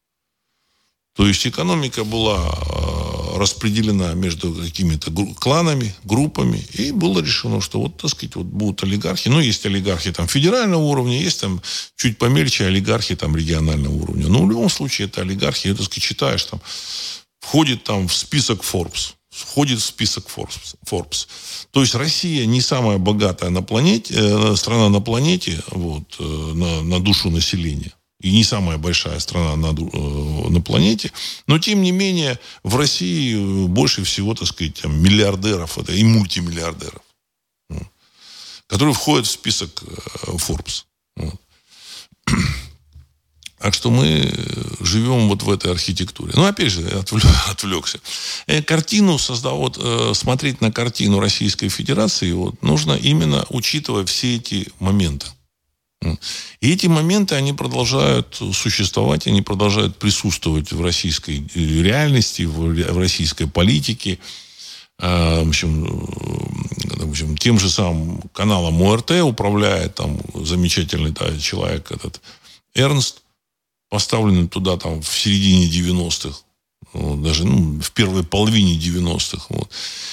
То есть экономика была э, распределена между какими-то гру- кланами, группами, и было решено, что вот, так сказать, вот будут олигархи. Ну, есть олигархи там федерального уровня, есть там чуть помельче олигархи там регионального уровня. Но в любом случае это олигархи, это, так сказать, читаешь там, входит там в список Forbes. Входит в список Forbes. Forbes. То есть Россия не самая богатая на планете, э, страна на планете, вот, э, на, на душу населения. И не самая большая страна на, э, на планете. Но, тем не менее, в России больше всего, так сказать, там, миллиардеров это, и мультимиллиардеров, вот, которые входят в список э, Forbes. Вот. Так что мы живем вот в этой архитектуре. Ну, опять же, отвлекся. Картину создал, вот, смотреть на картину Российской Федерации вот, нужно именно учитывая все эти моменты. И эти моменты, они продолжают существовать, они продолжают присутствовать в российской реальности, в российской политике. В общем, в общем, тем же самым каналом ОРТ управляет там замечательный да, человек этот Эрнст, поставленный туда там в середине девяностых, вот, даже ну, в первой половине девяностых. Вот.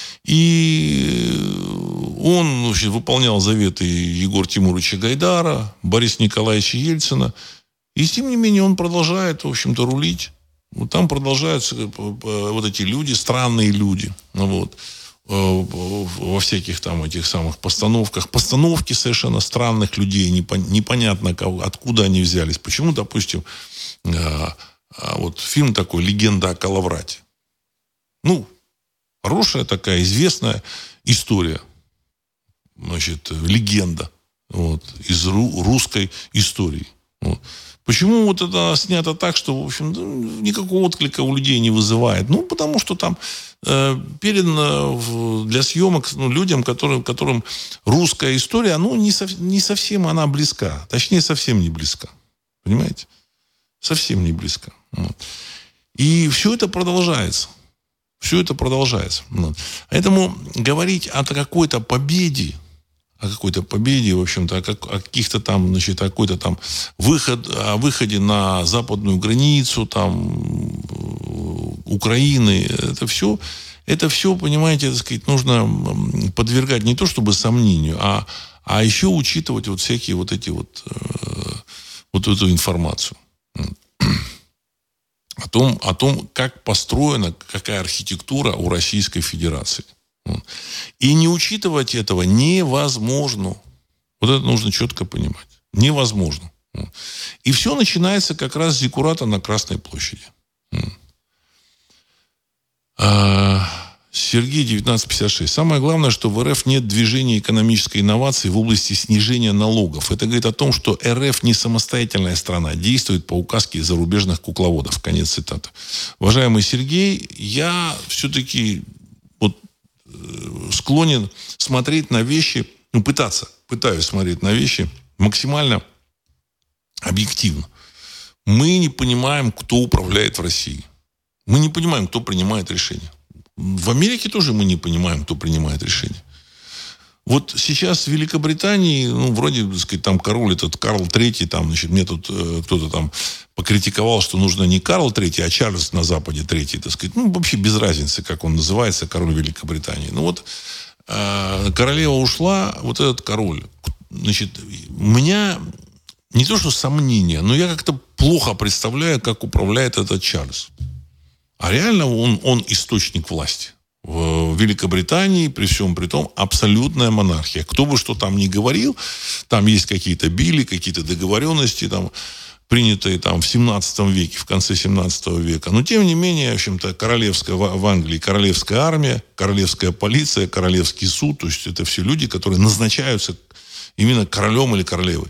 И он вообще, выполнял заветы Егора Тимуровича Гайдара, Бориса Николаевича Ельцина. И тем не менее он продолжает, в общем-то, рулить. Вот там продолжаются вот эти люди, странные люди. Вот. Во всяких там этих самых постановках. Постановки совершенно странных людей. Непонятно, откуда они взялись. Почему, допустим, вот фильм такой «Легенда о Калаврате». Ну, хорошая такая известная история. Значит, легенда. Вот, из ру- русской истории. Вот. Почему вот это снято так, что, в общем, никакого отклика у людей не вызывает? Ну, потому что там э, передано в, для съемок ну, людям, которым, которым русская история, ну, не, сов, не совсем она близка. Точнее, совсем не близка. Понимаете? Совсем не близко. Вот. И все это продолжается. Все это продолжается. Вот. Поэтому говорить о какой-то победе, о какой-то победе, в общем-то, о, как, о каких-то там, значит, о какой-то там выход, о выходе на западную границу, там, Украины, это все, это все, понимаете, так сказать, нужно подвергать не то чтобы сомнению, а, а еще учитывать вот всякие вот эти вот, э, вот эту информацию. О том, о том, как построена, какая архитектура у Российской Федерации. И не учитывать этого невозможно. Вот это нужно четко понимать. Невозможно. И все начинается как раз с зиккурата на Красной площади. Сергей, девятнадцать пятьдесят шесть. Самое главное, что в РФ нет движения экономической инновации в области снижения налогов. Это говорит о том, что РФ не самостоятельная страна, действует по указке зарубежных кукловодов. Конец цитаты. Уважаемый Сергей, я все-таки вот, склонен смотреть на вещи, ну, пытаться, пытаюсь смотреть на вещи максимально объективно. Мы не понимаем, кто управляет в России. Мы не понимаем, кто принимает решения. В Америке тоже мы не понимаем, кто принимает решения. Вот сейчас в Великобритании, ну, вроде, так сказать, там король этот Карл третий, там, значит, мне тут э, кто-то там покритиковал, что нужно не Карл третий, а Чарльз на Западе третий, так сказать. Ну, вообще без разницы, как он называется, король Великобритании. Ну, вот э, королева ушла, вот этот король. Значит, у меня не то, что сомнения, но я как-то плохо представляю, как управляет этот Чарльз. А реально он, он источник власти. В Великобритании, при всем при том, абсолютная монархия. Кто бы что там ни говорил, там есть какие-то билли, какие-то договоренности, там, принятые там, в семнадцатом веке, в конце семнадцатого века. Но, тем не менее, в общем-то, королевская в Англии, королевская армия, королевская полиция, королевский суд, то есть это все люди, которые назначаются именно королем или королевой.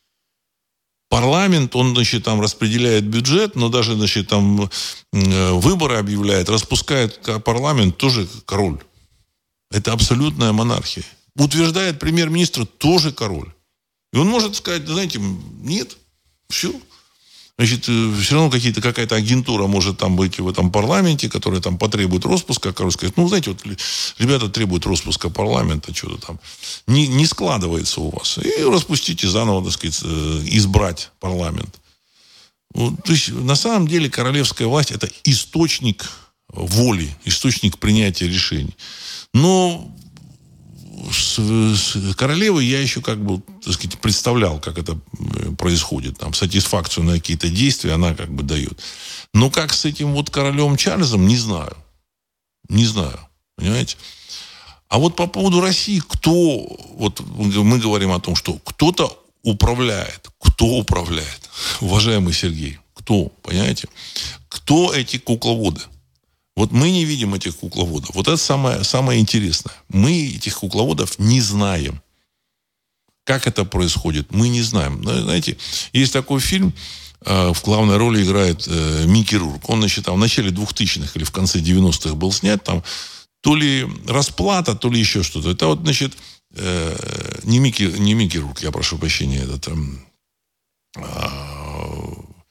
Парламент, он, значит, там распределяет бюджет, но даже, значит, там выборы объявляет, распускает парламент тоже король. Это абсолютная монархия. Утверждает премьер-министр тоже король. И он может сказать, знаете, нет, все. Значит, все равно какие-то, какая-то агентура может там быть в этом парламенте, которая там потребует распуска. Король скажет, ну, знаете, вот ребята требуют распуска парламента, что-то там не, не складывается у вас. И распустите заново, так сказать, избрать парламент. Вот, то есть, на самом деле, королевская власть – это источник воли, источник принятия решений. Но с, с королевой я еще как бы, так сказать, представлял, как это происходит. Там, сатисфакцию на какие-то действия она как бы дает. Но как с этим вот королем Чарльзом, не знаю. Не знаю. Понимаете? А вот по поводу России, кто... Вот мы говорим о том, что кто-то управляет. Кто управляет? Уважаемый Сергей. Кто? Понимаете? Кто эти кукловоды? Вот мы не видим этих кукловодов. Вот это самое, самое интересное. Мы этих кукловодов не знаем. Как это происходит, мы не знаем. Знаете, есть такой фильм э, в главной роли играет э, Микки Рурк. Он, значит, там, в начале двухтысячных или в конце девяностых был снят. Там то ли расплата, то ли еще что-то. Это вот, значит, э, не, Микки, не Микки Рурк, я прошу прощения, это... Э,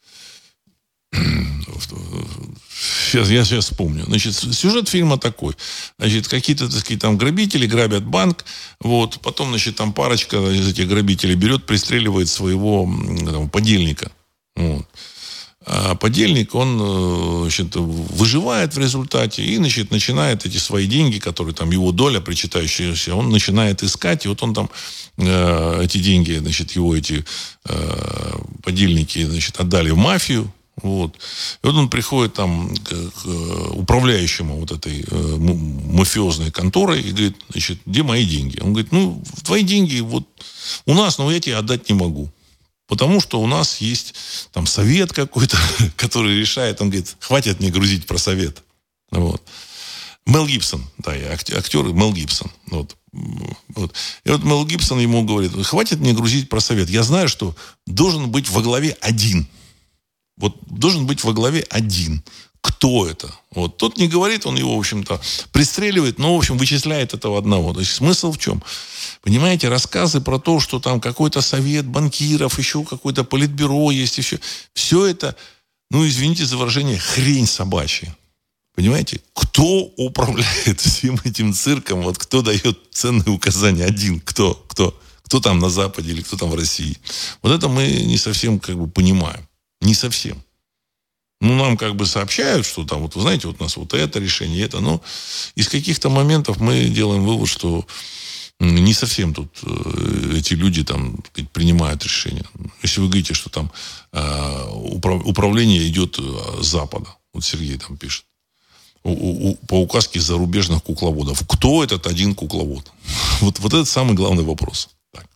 Сейчас, я сейчас вспомню. Значит, сюжет фильма такой. Значит, какие-то, так сказать, там грабители грабят банк. Вот. Потом, значит, там парочка из этих грабителей берет, пристреливает своего там, подельника. Вот. А подельник, он, значит, выживает в результате и, значит, начинает эти свои деньги, которые там его доля причитающаяся, он начинает искать. И вот он там э, эти деньги, значит, его эти э, подельники, значит, отдали в мафию. Вот. И вот он приходит там к, к управляющему вот этой э, мафиозной конторой и говорит, значит, где мои деньги? Он говорит, ну, твои деньги вот у нас, но я тебе отдать не могу. Потому что у нас есть там совет какой-то, который решает. Он говорит, хватит мне грузить про совет. Вот. Мел Гибсон, да, актер, актер Мел Гибсон. Вот. Вот. И вот Мел Гибсон ему говорит, хватит мне грузить про совет. Я знаю, что должен быть во главе один. Вот должен быть во главе один. Кто это? Вот. Тот не говорит, он его, в общем-то, пристреливает, но, в общем, вычисляет этого одного. То есть смысл в чем? Понимаете, рассказы про то, что там какой-то совет банкиров, еще какое-то политбюро есть, еще. Все это, ну, извините за выражение, хрень собачья. Понимаете? Кто управляет всем этим цирком? Вот кто дает ценные указания? Один. Кто? Кто? Кто там на Западе или кто там в России? Вот это мы не совсем как бы понимаем. Не совсем. Ну, нам как бы сообщают, что там, вот вы знаете, вот у нас вот это решение, это, но из каких-то моментов мы делаем вывод, что не совсем тут эти люди там принимают решения. Если вы говорите, что там э, управление идет с Запада, вот Сергей там пишет, у, у, по указке зарубежных кукловодов. Кто этот один кукловод? Вот, вот это самый главный вопрос.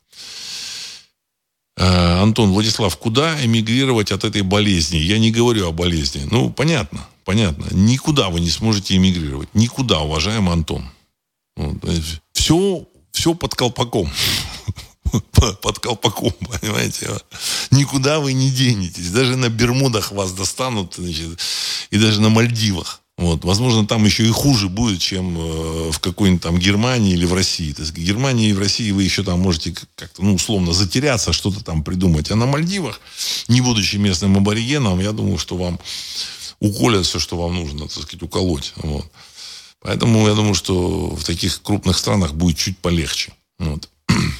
Антон, Владислав, куда эмигрировать от этой болезни? Я не говорю о болезни. Ну, понятно, понятно. Никуда вы не сможете эмигрировать. Никуда, уважаемый Антон. Вот. Все, все под колпаком. Под колпаком, понимаете? Никуда вы не денетесь. Даже на Бермудах вас достанут, значит, и даже на Мальдивах. Вот. Возможно, там еще и хуже будет, чем э, в какой-нибудь там Германии или в России. То есть в Германии и в России вы еще там можете как-то, ну, условно, затеряться, что-то там придумать. А на Мальдивах, не будучи местным аборигеном, я думаю, что вам уколят все, что вам нужно, так сказать, уколоть. Вот. Поэтому я думаю, что в таких крупных странах будет чуть полегче. Вот.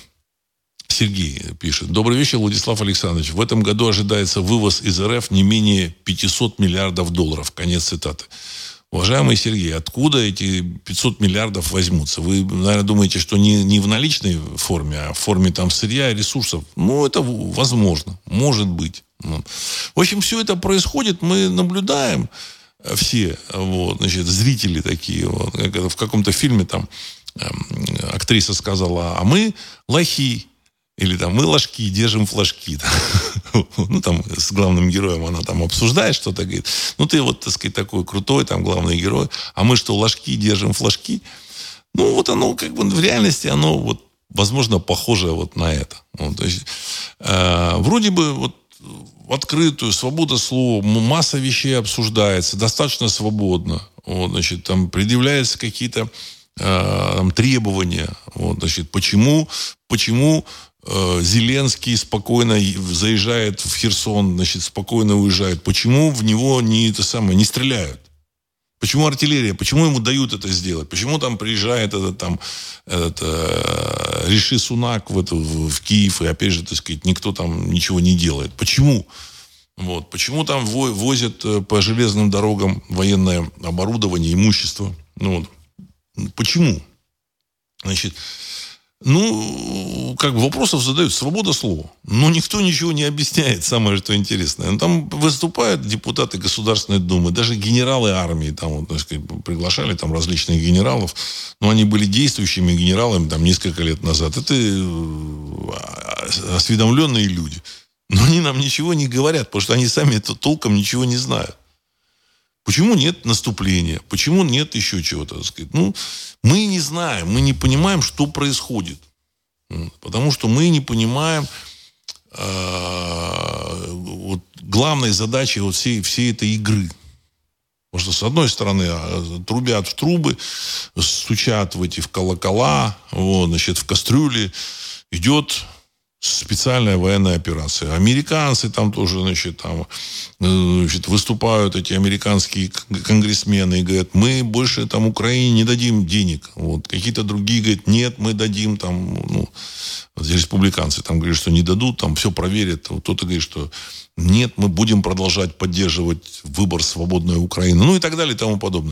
Сергей пишет. Добрый вечер, Владислав Александрович. В этом году ожидается вывоз из РФ не менее пятьсот миллиардов долларов. Конец цитаты. Уважаемый Сергей, откуда эти пятьсот миллиардов возьмутся? Вы, наверное, думаете, что не, не в наличной форме, а в форме там сырья и ресурсов? Ну, это возможно. Может быть. Вот. В общем, все это происходит. Мы наблюдаем все, вот, значит, зрители такие. Вот, как в каком-то фильме там э, актриса сказала, а мы лохи. Или там мы ложки, держим флажки. Ну, там с главным героем она там обсуждает что-то, говорит, ну, ты вот, так сказать, такой крутой, там, главный герой, а мы что, ложки, держим флажки? Ну, вот оно, как бы, в реальности, оно, вот, возможно, похоже вот на это. Вот, то есть, э, вроде бы, вот, в открытую, свобода слова, масса вещей обсуждается, достаточно свободно. Вот, значит, там предъявляются какие-то э, там, требования. Вот, значит, почему, почему Зеленский спокойно заезжает в Херсон, значит, спокойно уезжает. Почему в него не, это самое, не стреляют? Почему артиллерия? Почему ему дают это сделать? Почему там приезжает этот, там, этот, э, Риши Сунак в, эту, в Киев, и опять же, так сказать, никто там ничего не делает? Почему? Вот. Почему там возят по железным дорогам военное оборудование, имущество? Ну, вот. Почему? Значит, ну, как бы вопросов задают, свобода слова. Но никто ничего не объясняет, самое что интересное. Там выступают депутаты Государственной Думы, даже генералы армии, там, вот, так сказать, приглашали там различных генералов, но они были действующими генералами там несколько лет назад. Это осведомленные люди. Но они нам ничего не говорят, потому что они сами это толком ничего не знают. Почему нет наступления? Почему нет еще чего-то? Так сказать? Ну, мы не знаем, мы не понимаем, что происходит. Потому что мы не понимаем, э, вот, главной задачей вот всей, всей этой игры. Потому что, с одной стороны, трубят в трубы, стучат в эти в колокола, вот, значит, в кастрюли. Идет специальная военная операция. Американцы там тоже, значит, там, значит, выступают, эти американские конгрессмены, и говорят, мы больше там Украине не дадим денег. Вот. Какие-то другие говорят, нет, мы дадим там, ну, республиканцы там говорят, что не дадут, там все проверят. Кто-то говорит, что нет, мы будем продолжать поддерживать выбор свободной Украины. Ну и так далее и тому подобное.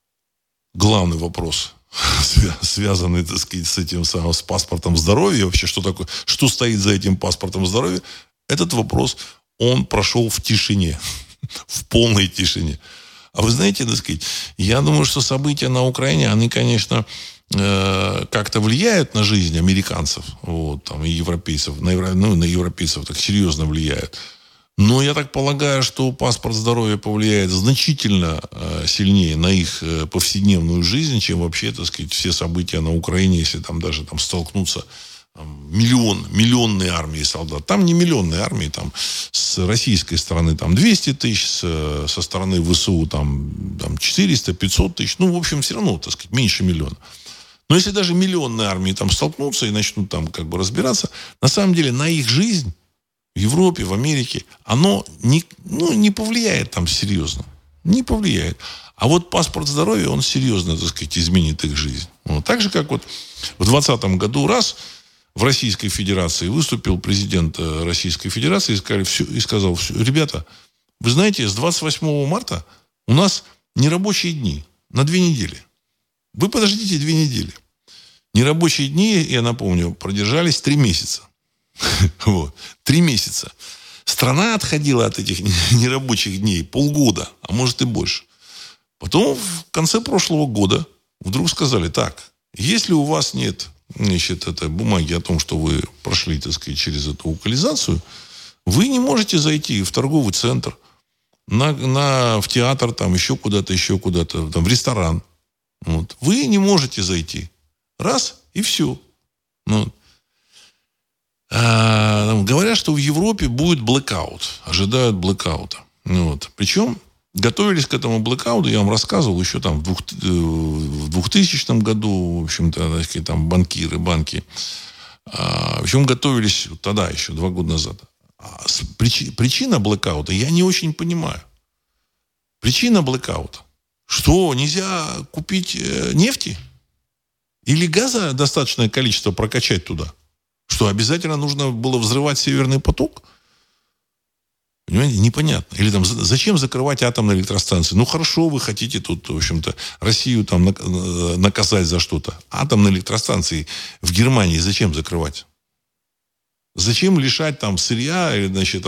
Главный вопрос, связанный, так сказать, с этим самым, с паспортом здоровья, вообще, что такое, что стоит за этим паспортом здоровья, этот вопрос, он прошел в тишине, в полной тишине. А вы знаете, так сказать, я думаю, что события на Украине, они, конечно, э, как-то влияют на жизнь американцев, вот, там, и европейцев, на, евро, ну, на европейцев так серьезно влияют. Но я так полагаю, что паспорт здоровья повлияет значительно э, сильнее на их э, повседневную жизнь, чем вообще, так сказать, все события на Украине, если там даже там столкнутся там, миллион, миллионные армии солдат. Там не миллионные армии, там с российской стороны там двести тысяч, с, со стороны ВСУ там, там четыреста-пятьсот тысяч. Ну, в общем, все равно, так сказать, меньше миллиона. Но если даже миллионные армии там столкнутся и начнут там как бы разбираться, на самом деле на их жизнь в Европе, в Америке, оно не, ну, не повлияет там серьезно. Не повлияет. А вот паспорт здоровья, он серьезно, так сказать, изменит их жизнь. Вот. Так же, как вот в двадцатом году раз в Российской Федерации выступил президент Российской Федерации и, сказали, все, и сказал, все, ребята, вы знаете, с двадцать восьмого марта у нас нерабочие дни на две недели. Вы подождите две недели. Нерабочие дни, я напомню, продержались три месяца. Вот. Три месяца. Страна отходила от этих нерабочих дней полгода, а может и больше. Потом в конце прошлого года вдруг сказали, так, если у вас нет, значит, этой бумаги о том, что вы прошли, так сказать, через эту локализацию, вы не можете зайти в торговый центр, на, на, в театр, там, еще куда-то, еще куда-то, там, в ресторан. Вот. Вы не можете зайти. Раз, и все. Вот. А, говорят, что в Европе будет блэкаут. Ожидают блэкаута. Вот. Причем готовились к этому блэкауту, я вам рассказывал, еще там в, двух, в двухтысячном году, в общем-то, такие там банкиры, банки. А, причем готовились тогда еще, два года назад. А причи, причина блэкаута я не очень понимаю. Причина блэкаута. Что, нельзя купить э, нефти? Или газа достаточное количество прокачать туда? Что, обязательно нужно было взрывать Северный поток? Понимаете, непонятно. Или там, зачем закрывать атомные электростанции? Ну, хорошо, вы хотите тут, в общем-то, Россию там наказать за что-то. Атомные электростанции в Германии зачем закрывать? Зачем лишать там сырья, значит,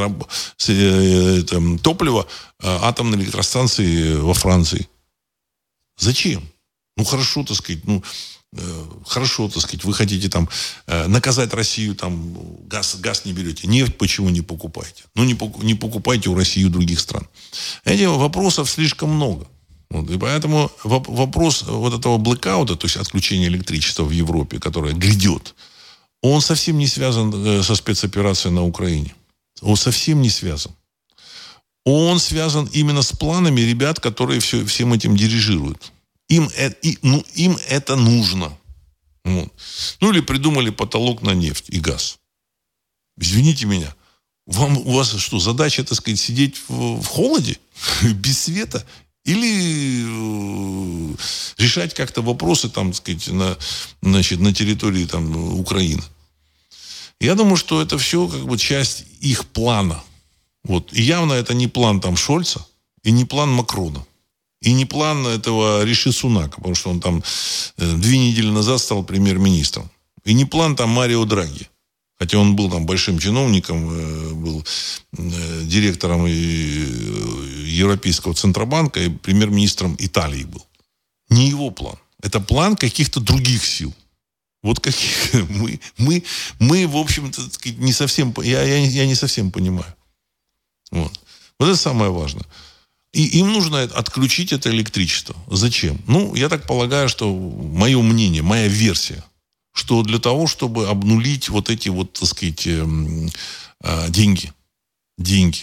там, топлива атомной электростанции во Франции? Зачем? Ну, хорошо, так сказать, ну, хорошо, так сказать, вы хотите там наказать Россию, там газ, газ не берете, нефть почему не покупаете? Ну, не, не покупайте у России и у других стран. Этих вопросов слишком много. Вот, и поэтому вопрос вот этого блэкаута, то есть отключения электричества в Европе, которое грядет, он совсем не связан со спецоперацией на Украине. Он совсем не связан. Он связан именно с планами ребят, которые все, всем этим дирижируют. Им, и, ну, им это нужно. Вот. Ну, или придумали потолок на нефть и газ. Извините меня. Вам, у вас что, задача, так сказать, сидеть в, в холоде? Без света? Или э, решать как-то вопросы, там, так сказать, на, значит, на территории там, Украины? Я думаю, что это все как бы часть их плана. Вот. И явно это не план там Шольца и не план Макрона. И не план этого Риши Сунака, потому что он там две недели назад стал премьер-министром. И не план там Марио Драги. Хотя он был там большим чиновником, был директором Европейского Центробанка и премьер-министром Италии был. Не его план. Это план каких-то других сил. Вот каких мы, мы, мы в общем-то, не совсем, я, я, я не совсем понимаю. Вот. Вот это самое важное. И им нужно отключить это электричество. Зачем? Ну, я так полагаю, что мое мнение, моя версия, что для того, чтобы обнулить вот эти вот, так сказать, деньги. Деньги.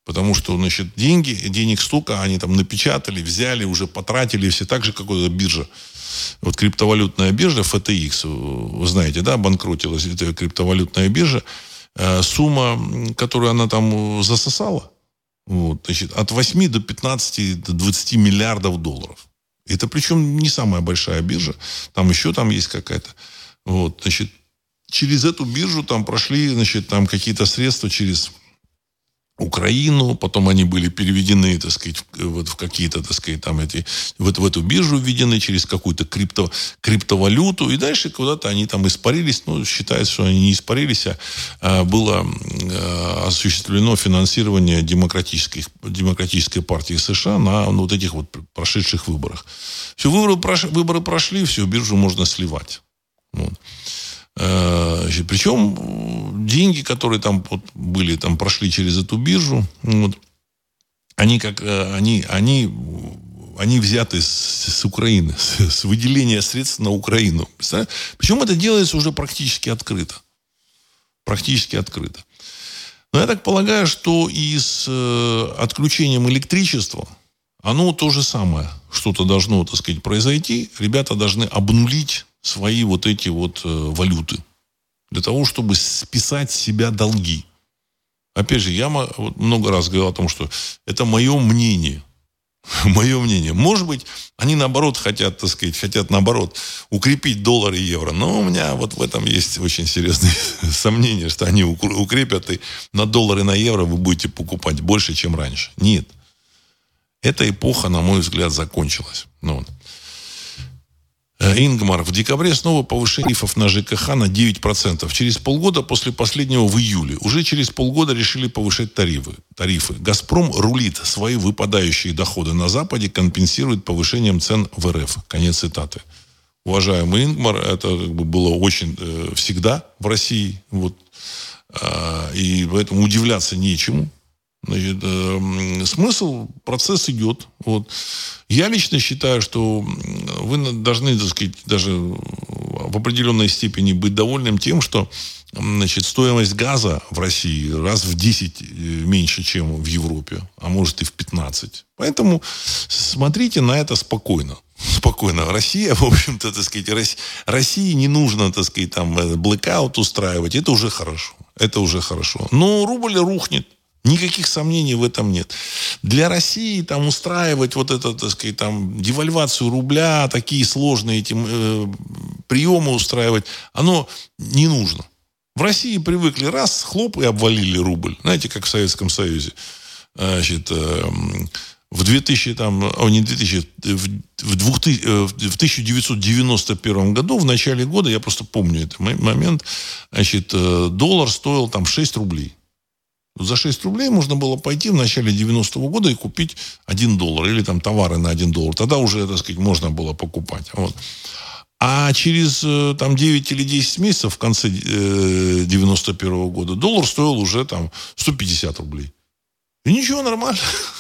Потому что, значит, деньги, денег столько, они там напечатали, взяли, уже потратили, все так же, как биржа. Вот криптовалютная биржа эф ти экс, вы знаете, да, обанкротилась эта криптовалютная биржа. Сумма, которую она там засосала, вот, значит, от восьми до пятнадцати, до двадцати миллиардов долларов. Это причем не самая большая биржа. Там еще там есть какая-то. Вот, значит, через эту биржу там прошли, значит, там какие-то средства через Украину, потом они были переведены, так сказать, вот в какие-то, так сказать, там эти, вот в эту биржу введены через какую-то крипто, криптовалюту, и дальше куда-то они там испарились, ну, считается, что они не испарились, а, а было а, осуществлено финансирование демократической, демократической партии США на ну, вот этих вот прошедших выборах. Все, выборы, прош, выборы прошли, все, биржу можно сливать. Вот. Значит, причем деньги, которые там вот были, там прошли через эту биржу, вот, они как они они они взяты с, с Украины, с, с выделения средств на Украину. Причем это делается уже практически открыто, практически открыто. Но я так полагаю, что и с э, отключением электричества оно то же самое, что-то должно, так сказать, произойти. Ребята должны обнулить свои вот эти вот э, валюты. Для того, чтобы списать с себя долги. Опять же, я вот много раз говорил о том, что это мое мнение. Мое мнение. Может быть, они наоборот хотят, так сказать, хотят наоборот укрепить доллар и евро. Но у меня вот в этом есть очень серьезные сомнения, что они укрепят, и на доллар и на евро вы будете покупать больше, чем раньше. Нет. Эта эпоха, на мой взгляд, закончилась. Ну, вот. Ингмар, в декабре снова повышение тарифов на ЖКХ на девять процентов. Через полгода после последнего в июле. Уже через полгода решили повышать тарифы. тарифы. «Газпром» рулит. Свои выпадающие доходы на Западе компенсирует повышением цен в эр эф. Конец цитаты. Уважаемый Ингмар, это как бы было очень э, всегда в России. Вот. Э, и поэтому удивляться нечему. Значит, э, смысл, процесс идет. Вот. Я лично считаю, что вы должны, так сказать, даже в определенной степени быть довольным тем, что, значит, стоимость газа в России раз в десять меньше, чем в Европе, а может и в пятнадцать. Поэтому смотрите на это спокойно. Спокойно. Россия, в общем-то, так сказать, России не нужно, так сказать, там, блэкаут устраивать. Это уже хорошо. Это уже хорошо. Но рубль рухнет. Никаких сомнений в этом нет. Для России там устраивать вот это, так сказать, там, девальвацию рубля, такие сложные эти э, приемы устраивать, оно не нужно. В России привыкли раз, хлоп, и обвалили рубль. Знаете, как в Советском Союзе. Значит, э, в две тысячи, там, о, не две тысячи, в, в, двухтысячном, э, в тысяча девятьсот девяносто первом году, в начале года, я просто помню этот момент, значит, э, доллар стоил там шесть рублей. За шесть рублей можно было пойти в начале девяностого года и купить один доллар. Или там товары на один доллар. Тогда уже, так сказать, можно было покупать. Вот. А через там, девять или десять месяцев, в конце девяносто первого года, доллар стоил уже там сто пятьдесят рублей. И ничего, нормально.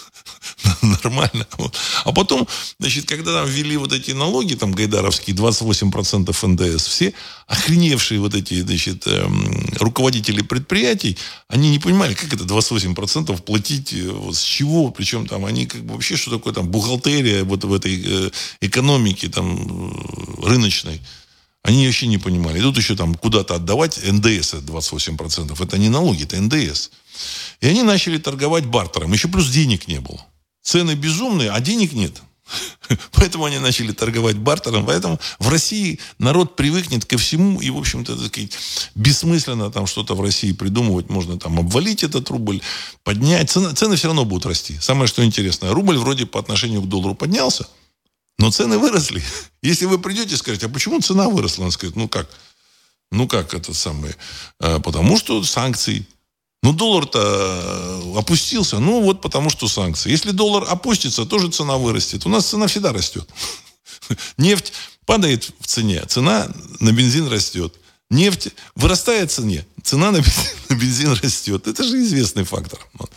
Нормально. Вот. А потом, значит, когда там ввели вот эти налоги, там, гайдаровские, двадцать восемь процентов эн дэ эс, все охреневшие вот эти, значит, эм, руководители предприятий, они не понимали, как это двадцать восемь процентов платить, вот, с чего, причем там они как бы вообще, что такое там бухгалтерия вот в этой э, экономике там э, рыночной. Они вообще не понимали. И тут еще там куда-то отдавать эн дэ эс двадцать восемь процентов. Это не налоги, это эн дэ эс. И они начали торговать бартером. Еще плюс денег не было. Цены безумные, а денег нет. Поэтому они начали торговать бартером. Поэтому в России народ привыкнет ко всему. И, в общем-то, так сказать, бессмысленно там что-то в России придумывать. Можно там обвалить этот рубль, поднять. Цены, цены все равно будут расти. Самое, что интересное. Рубль вроде по отношению к доллару поднялся, но цены выросли. Если вы придете и скажете, а почему цена выросла? Он скажет, ну как? Ну как это самое? Потому что санкции. Ну, доллар-то опустился. Ну, вот потому что санкции. Если доллар опустится, тоже цена вырастет. У нас цена всегда растет. Нефть падает в цене, цена на бензин растет. Нефть вырастает в цене, цена на бензин, на бензин растет. Это же известный фактор.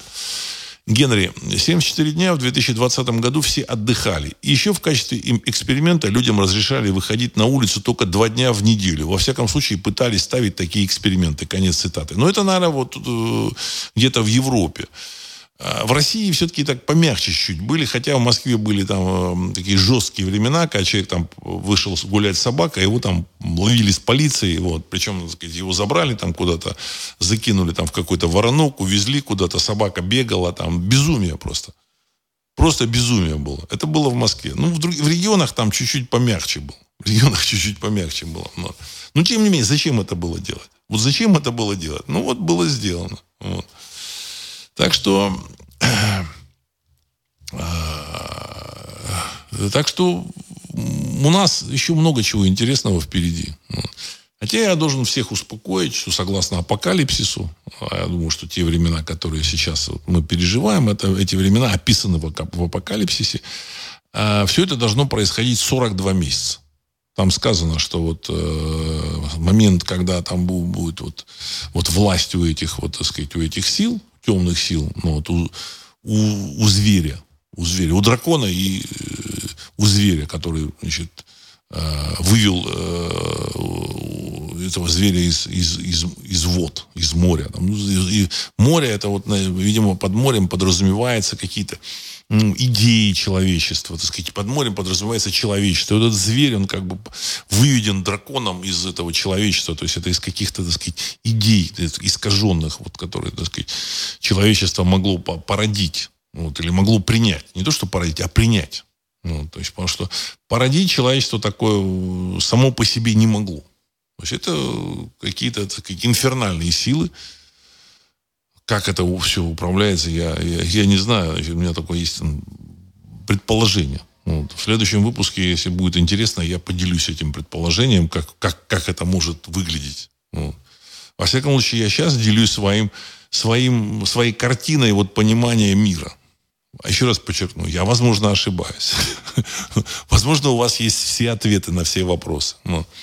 Генри, семьдесят четыре дня в две тысячи двадцатом году все отдыхали. И еще в качестве эксперимента людям разрешали выходить на улицу только два дня в неделю. Во всяком случае, пытались ставить такие эксперименты. Конец цитаты. Но это, наверное, вот где-то в Европе. В России все-таки так помягче чуть-чуть были, хотя в Москве были там э, такие жесткие времена, когда человек там вышел гулять с собакой, его там ловили с полицией, вот, причем, так сказать, его забрали там куда-то, закинули там в какой-то воронок, увезли куда-то, собака бегала, там безумие просто. Просто безумие было. Это было в Москве. Ну, в, друг... в регионах там чуть-чуть помягче было. В регионах чуть-чуть помягче было. Но... но, тем не менее, зачем это было делать? Вот зачем это было делать? Ну, вот было сделано. Вот. Так что, так что у нас еще много чего интересного впереди. Хотя я должен всех успокоить, что согласно апокалипсису, я думаю, что те времена, которые сейчас мы переживаем, это, эти времена описаны в апокалипсисе, все это должно происходить сорок два месяца. Там сказано, что вот э, момент, когда там будет вот, вот власть у этих, вот, так сказать, у этих сил, темных сил, ну, вот у, у, у зверя, у зверя, у дракона и э, у зверя, который, значит, э, вывел э, этого зверя из, из, из, из вод, из моря. Там, и море, это вот, видимо, под морем подразумевается какие-то ну, идеи человечества, так сказать, под морем подразумевается человечество. И вот этот зверь, он как бы выведен драконом из этого человечества, то есть это из каких-то, так сказать, идей искаженных, вот, которые, так сказать, человечество могло породить, вот, или могло принять. Не то, что породить, а принять. Ну, то есть, потому что породить человечество такое само по себе не могло. То есть это какие-то, так сказать, инфернальные силы. Как это все управляется, я, я, я не знаю. У меня такое есть предположение. Вот. В следующем выпуске, если будет интересно, я поделюсь этим предположением, как, как, как это может выглядеть. Вот. Во всяком случае, я сейчас делюсь своим, своим, своей картиной вот, понимания мира. А еще раз подчеркну, я, возможно, ошибаюсь. Возможно, у вас есть все ответы на все вопросы.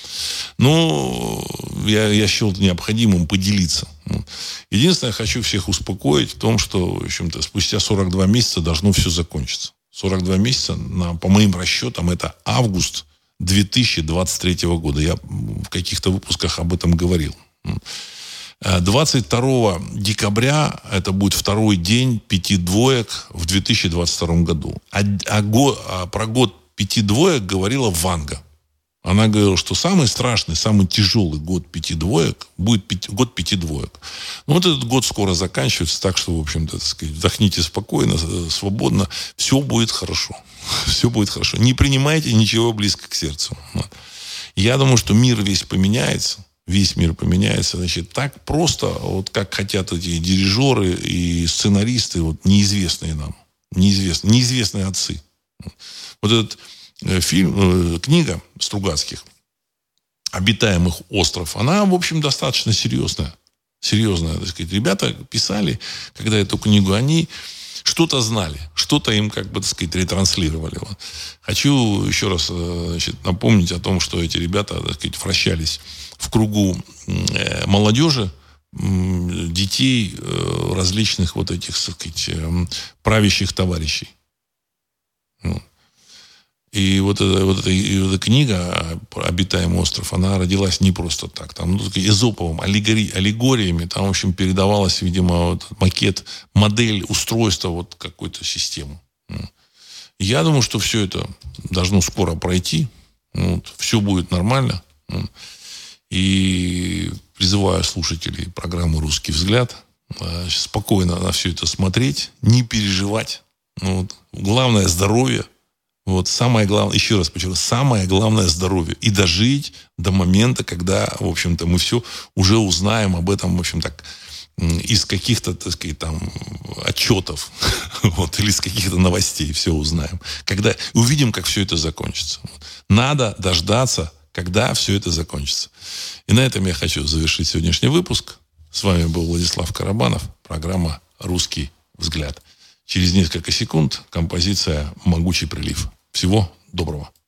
Но я, я счел необходимым поделиться. Единственное, я хочу всех успокоить в том, что, в общем-то, спустя сорок два месяца должно все закончиться. сорок два месяца, на, по моим расчетам, это август две тысячи двадцать третьего года. Я в каких-то выпусках об этом говорил. двадцать второго декабря это будет второй день пяти двоек в две тысячи двадцать втором году. А, а, го, а про год пяти двоек говорила Ванга. Она говорила, что самый страшный, самый тяжелый год пяти двоек будет пяти, год пяти двоек. Ну, вот этот год скоро заканчивается, так что, в общем-то, так сказать, вдохните спокойно, свободно. Все будет хорошо. Все будет хорошо. Не принимайте ничего близко к сердцу. Я думаю, что мир весь поменяется. Весь мир поменяется. Значит, так просто, вот как хотят эти дирижеры и сценаристы, вот неизвестные нам, неизвестные, неизвестные отцы. Вот этот фильм, книга Стругацких «Обитаемых остров», она, в общем, достаточно серьезная. Серьезная, так сказать. Ребята писали, когда эту книгу, они что-то знали, что-то им, как бы, так сказать, ретранслировали. Вот. Хочу еще раз, значит, напомнить о том, что эти ребята, так сказать, вращались в кругу э, молодежи, э, детей э, различных вот этих, так сказать, э, правящих товарищей. Ну. И вот эта, вот, эта, и вот эта книга «Обитаемый остров», она родилась не просто так. Там, ну, эзоповым, аллегори, аллегориями, там, в общем, передавалась, видимо, вот, макет, модель устройства вот какой-то системы. Я думаю, что все это должно скоро пройти. Вот, все будет нормально. И призываю слушателей программы «Русский взгляд» спокойно на все это смотреть, не переживать. Вот. Главное – здоровье. Вот. Самое главное, еще раз подчеркну, самое главное – здоровье. И дожить до момента, когда, в общем-то, мы все уже узнаем об этом, в общем, так, из каких-то, так сказать, там, отчетов, вот, или из каких-то новостей все узнаем. Когда увидим, как все это закончится. Надо дождаться, когда все это закончится. И на этом я хочу завершить сегодняшний выпуск. С вами был Владислав Карабанов, программа «Русский взгляд». Через несколько секунд композиция «Могучий прилив». Всего доброго.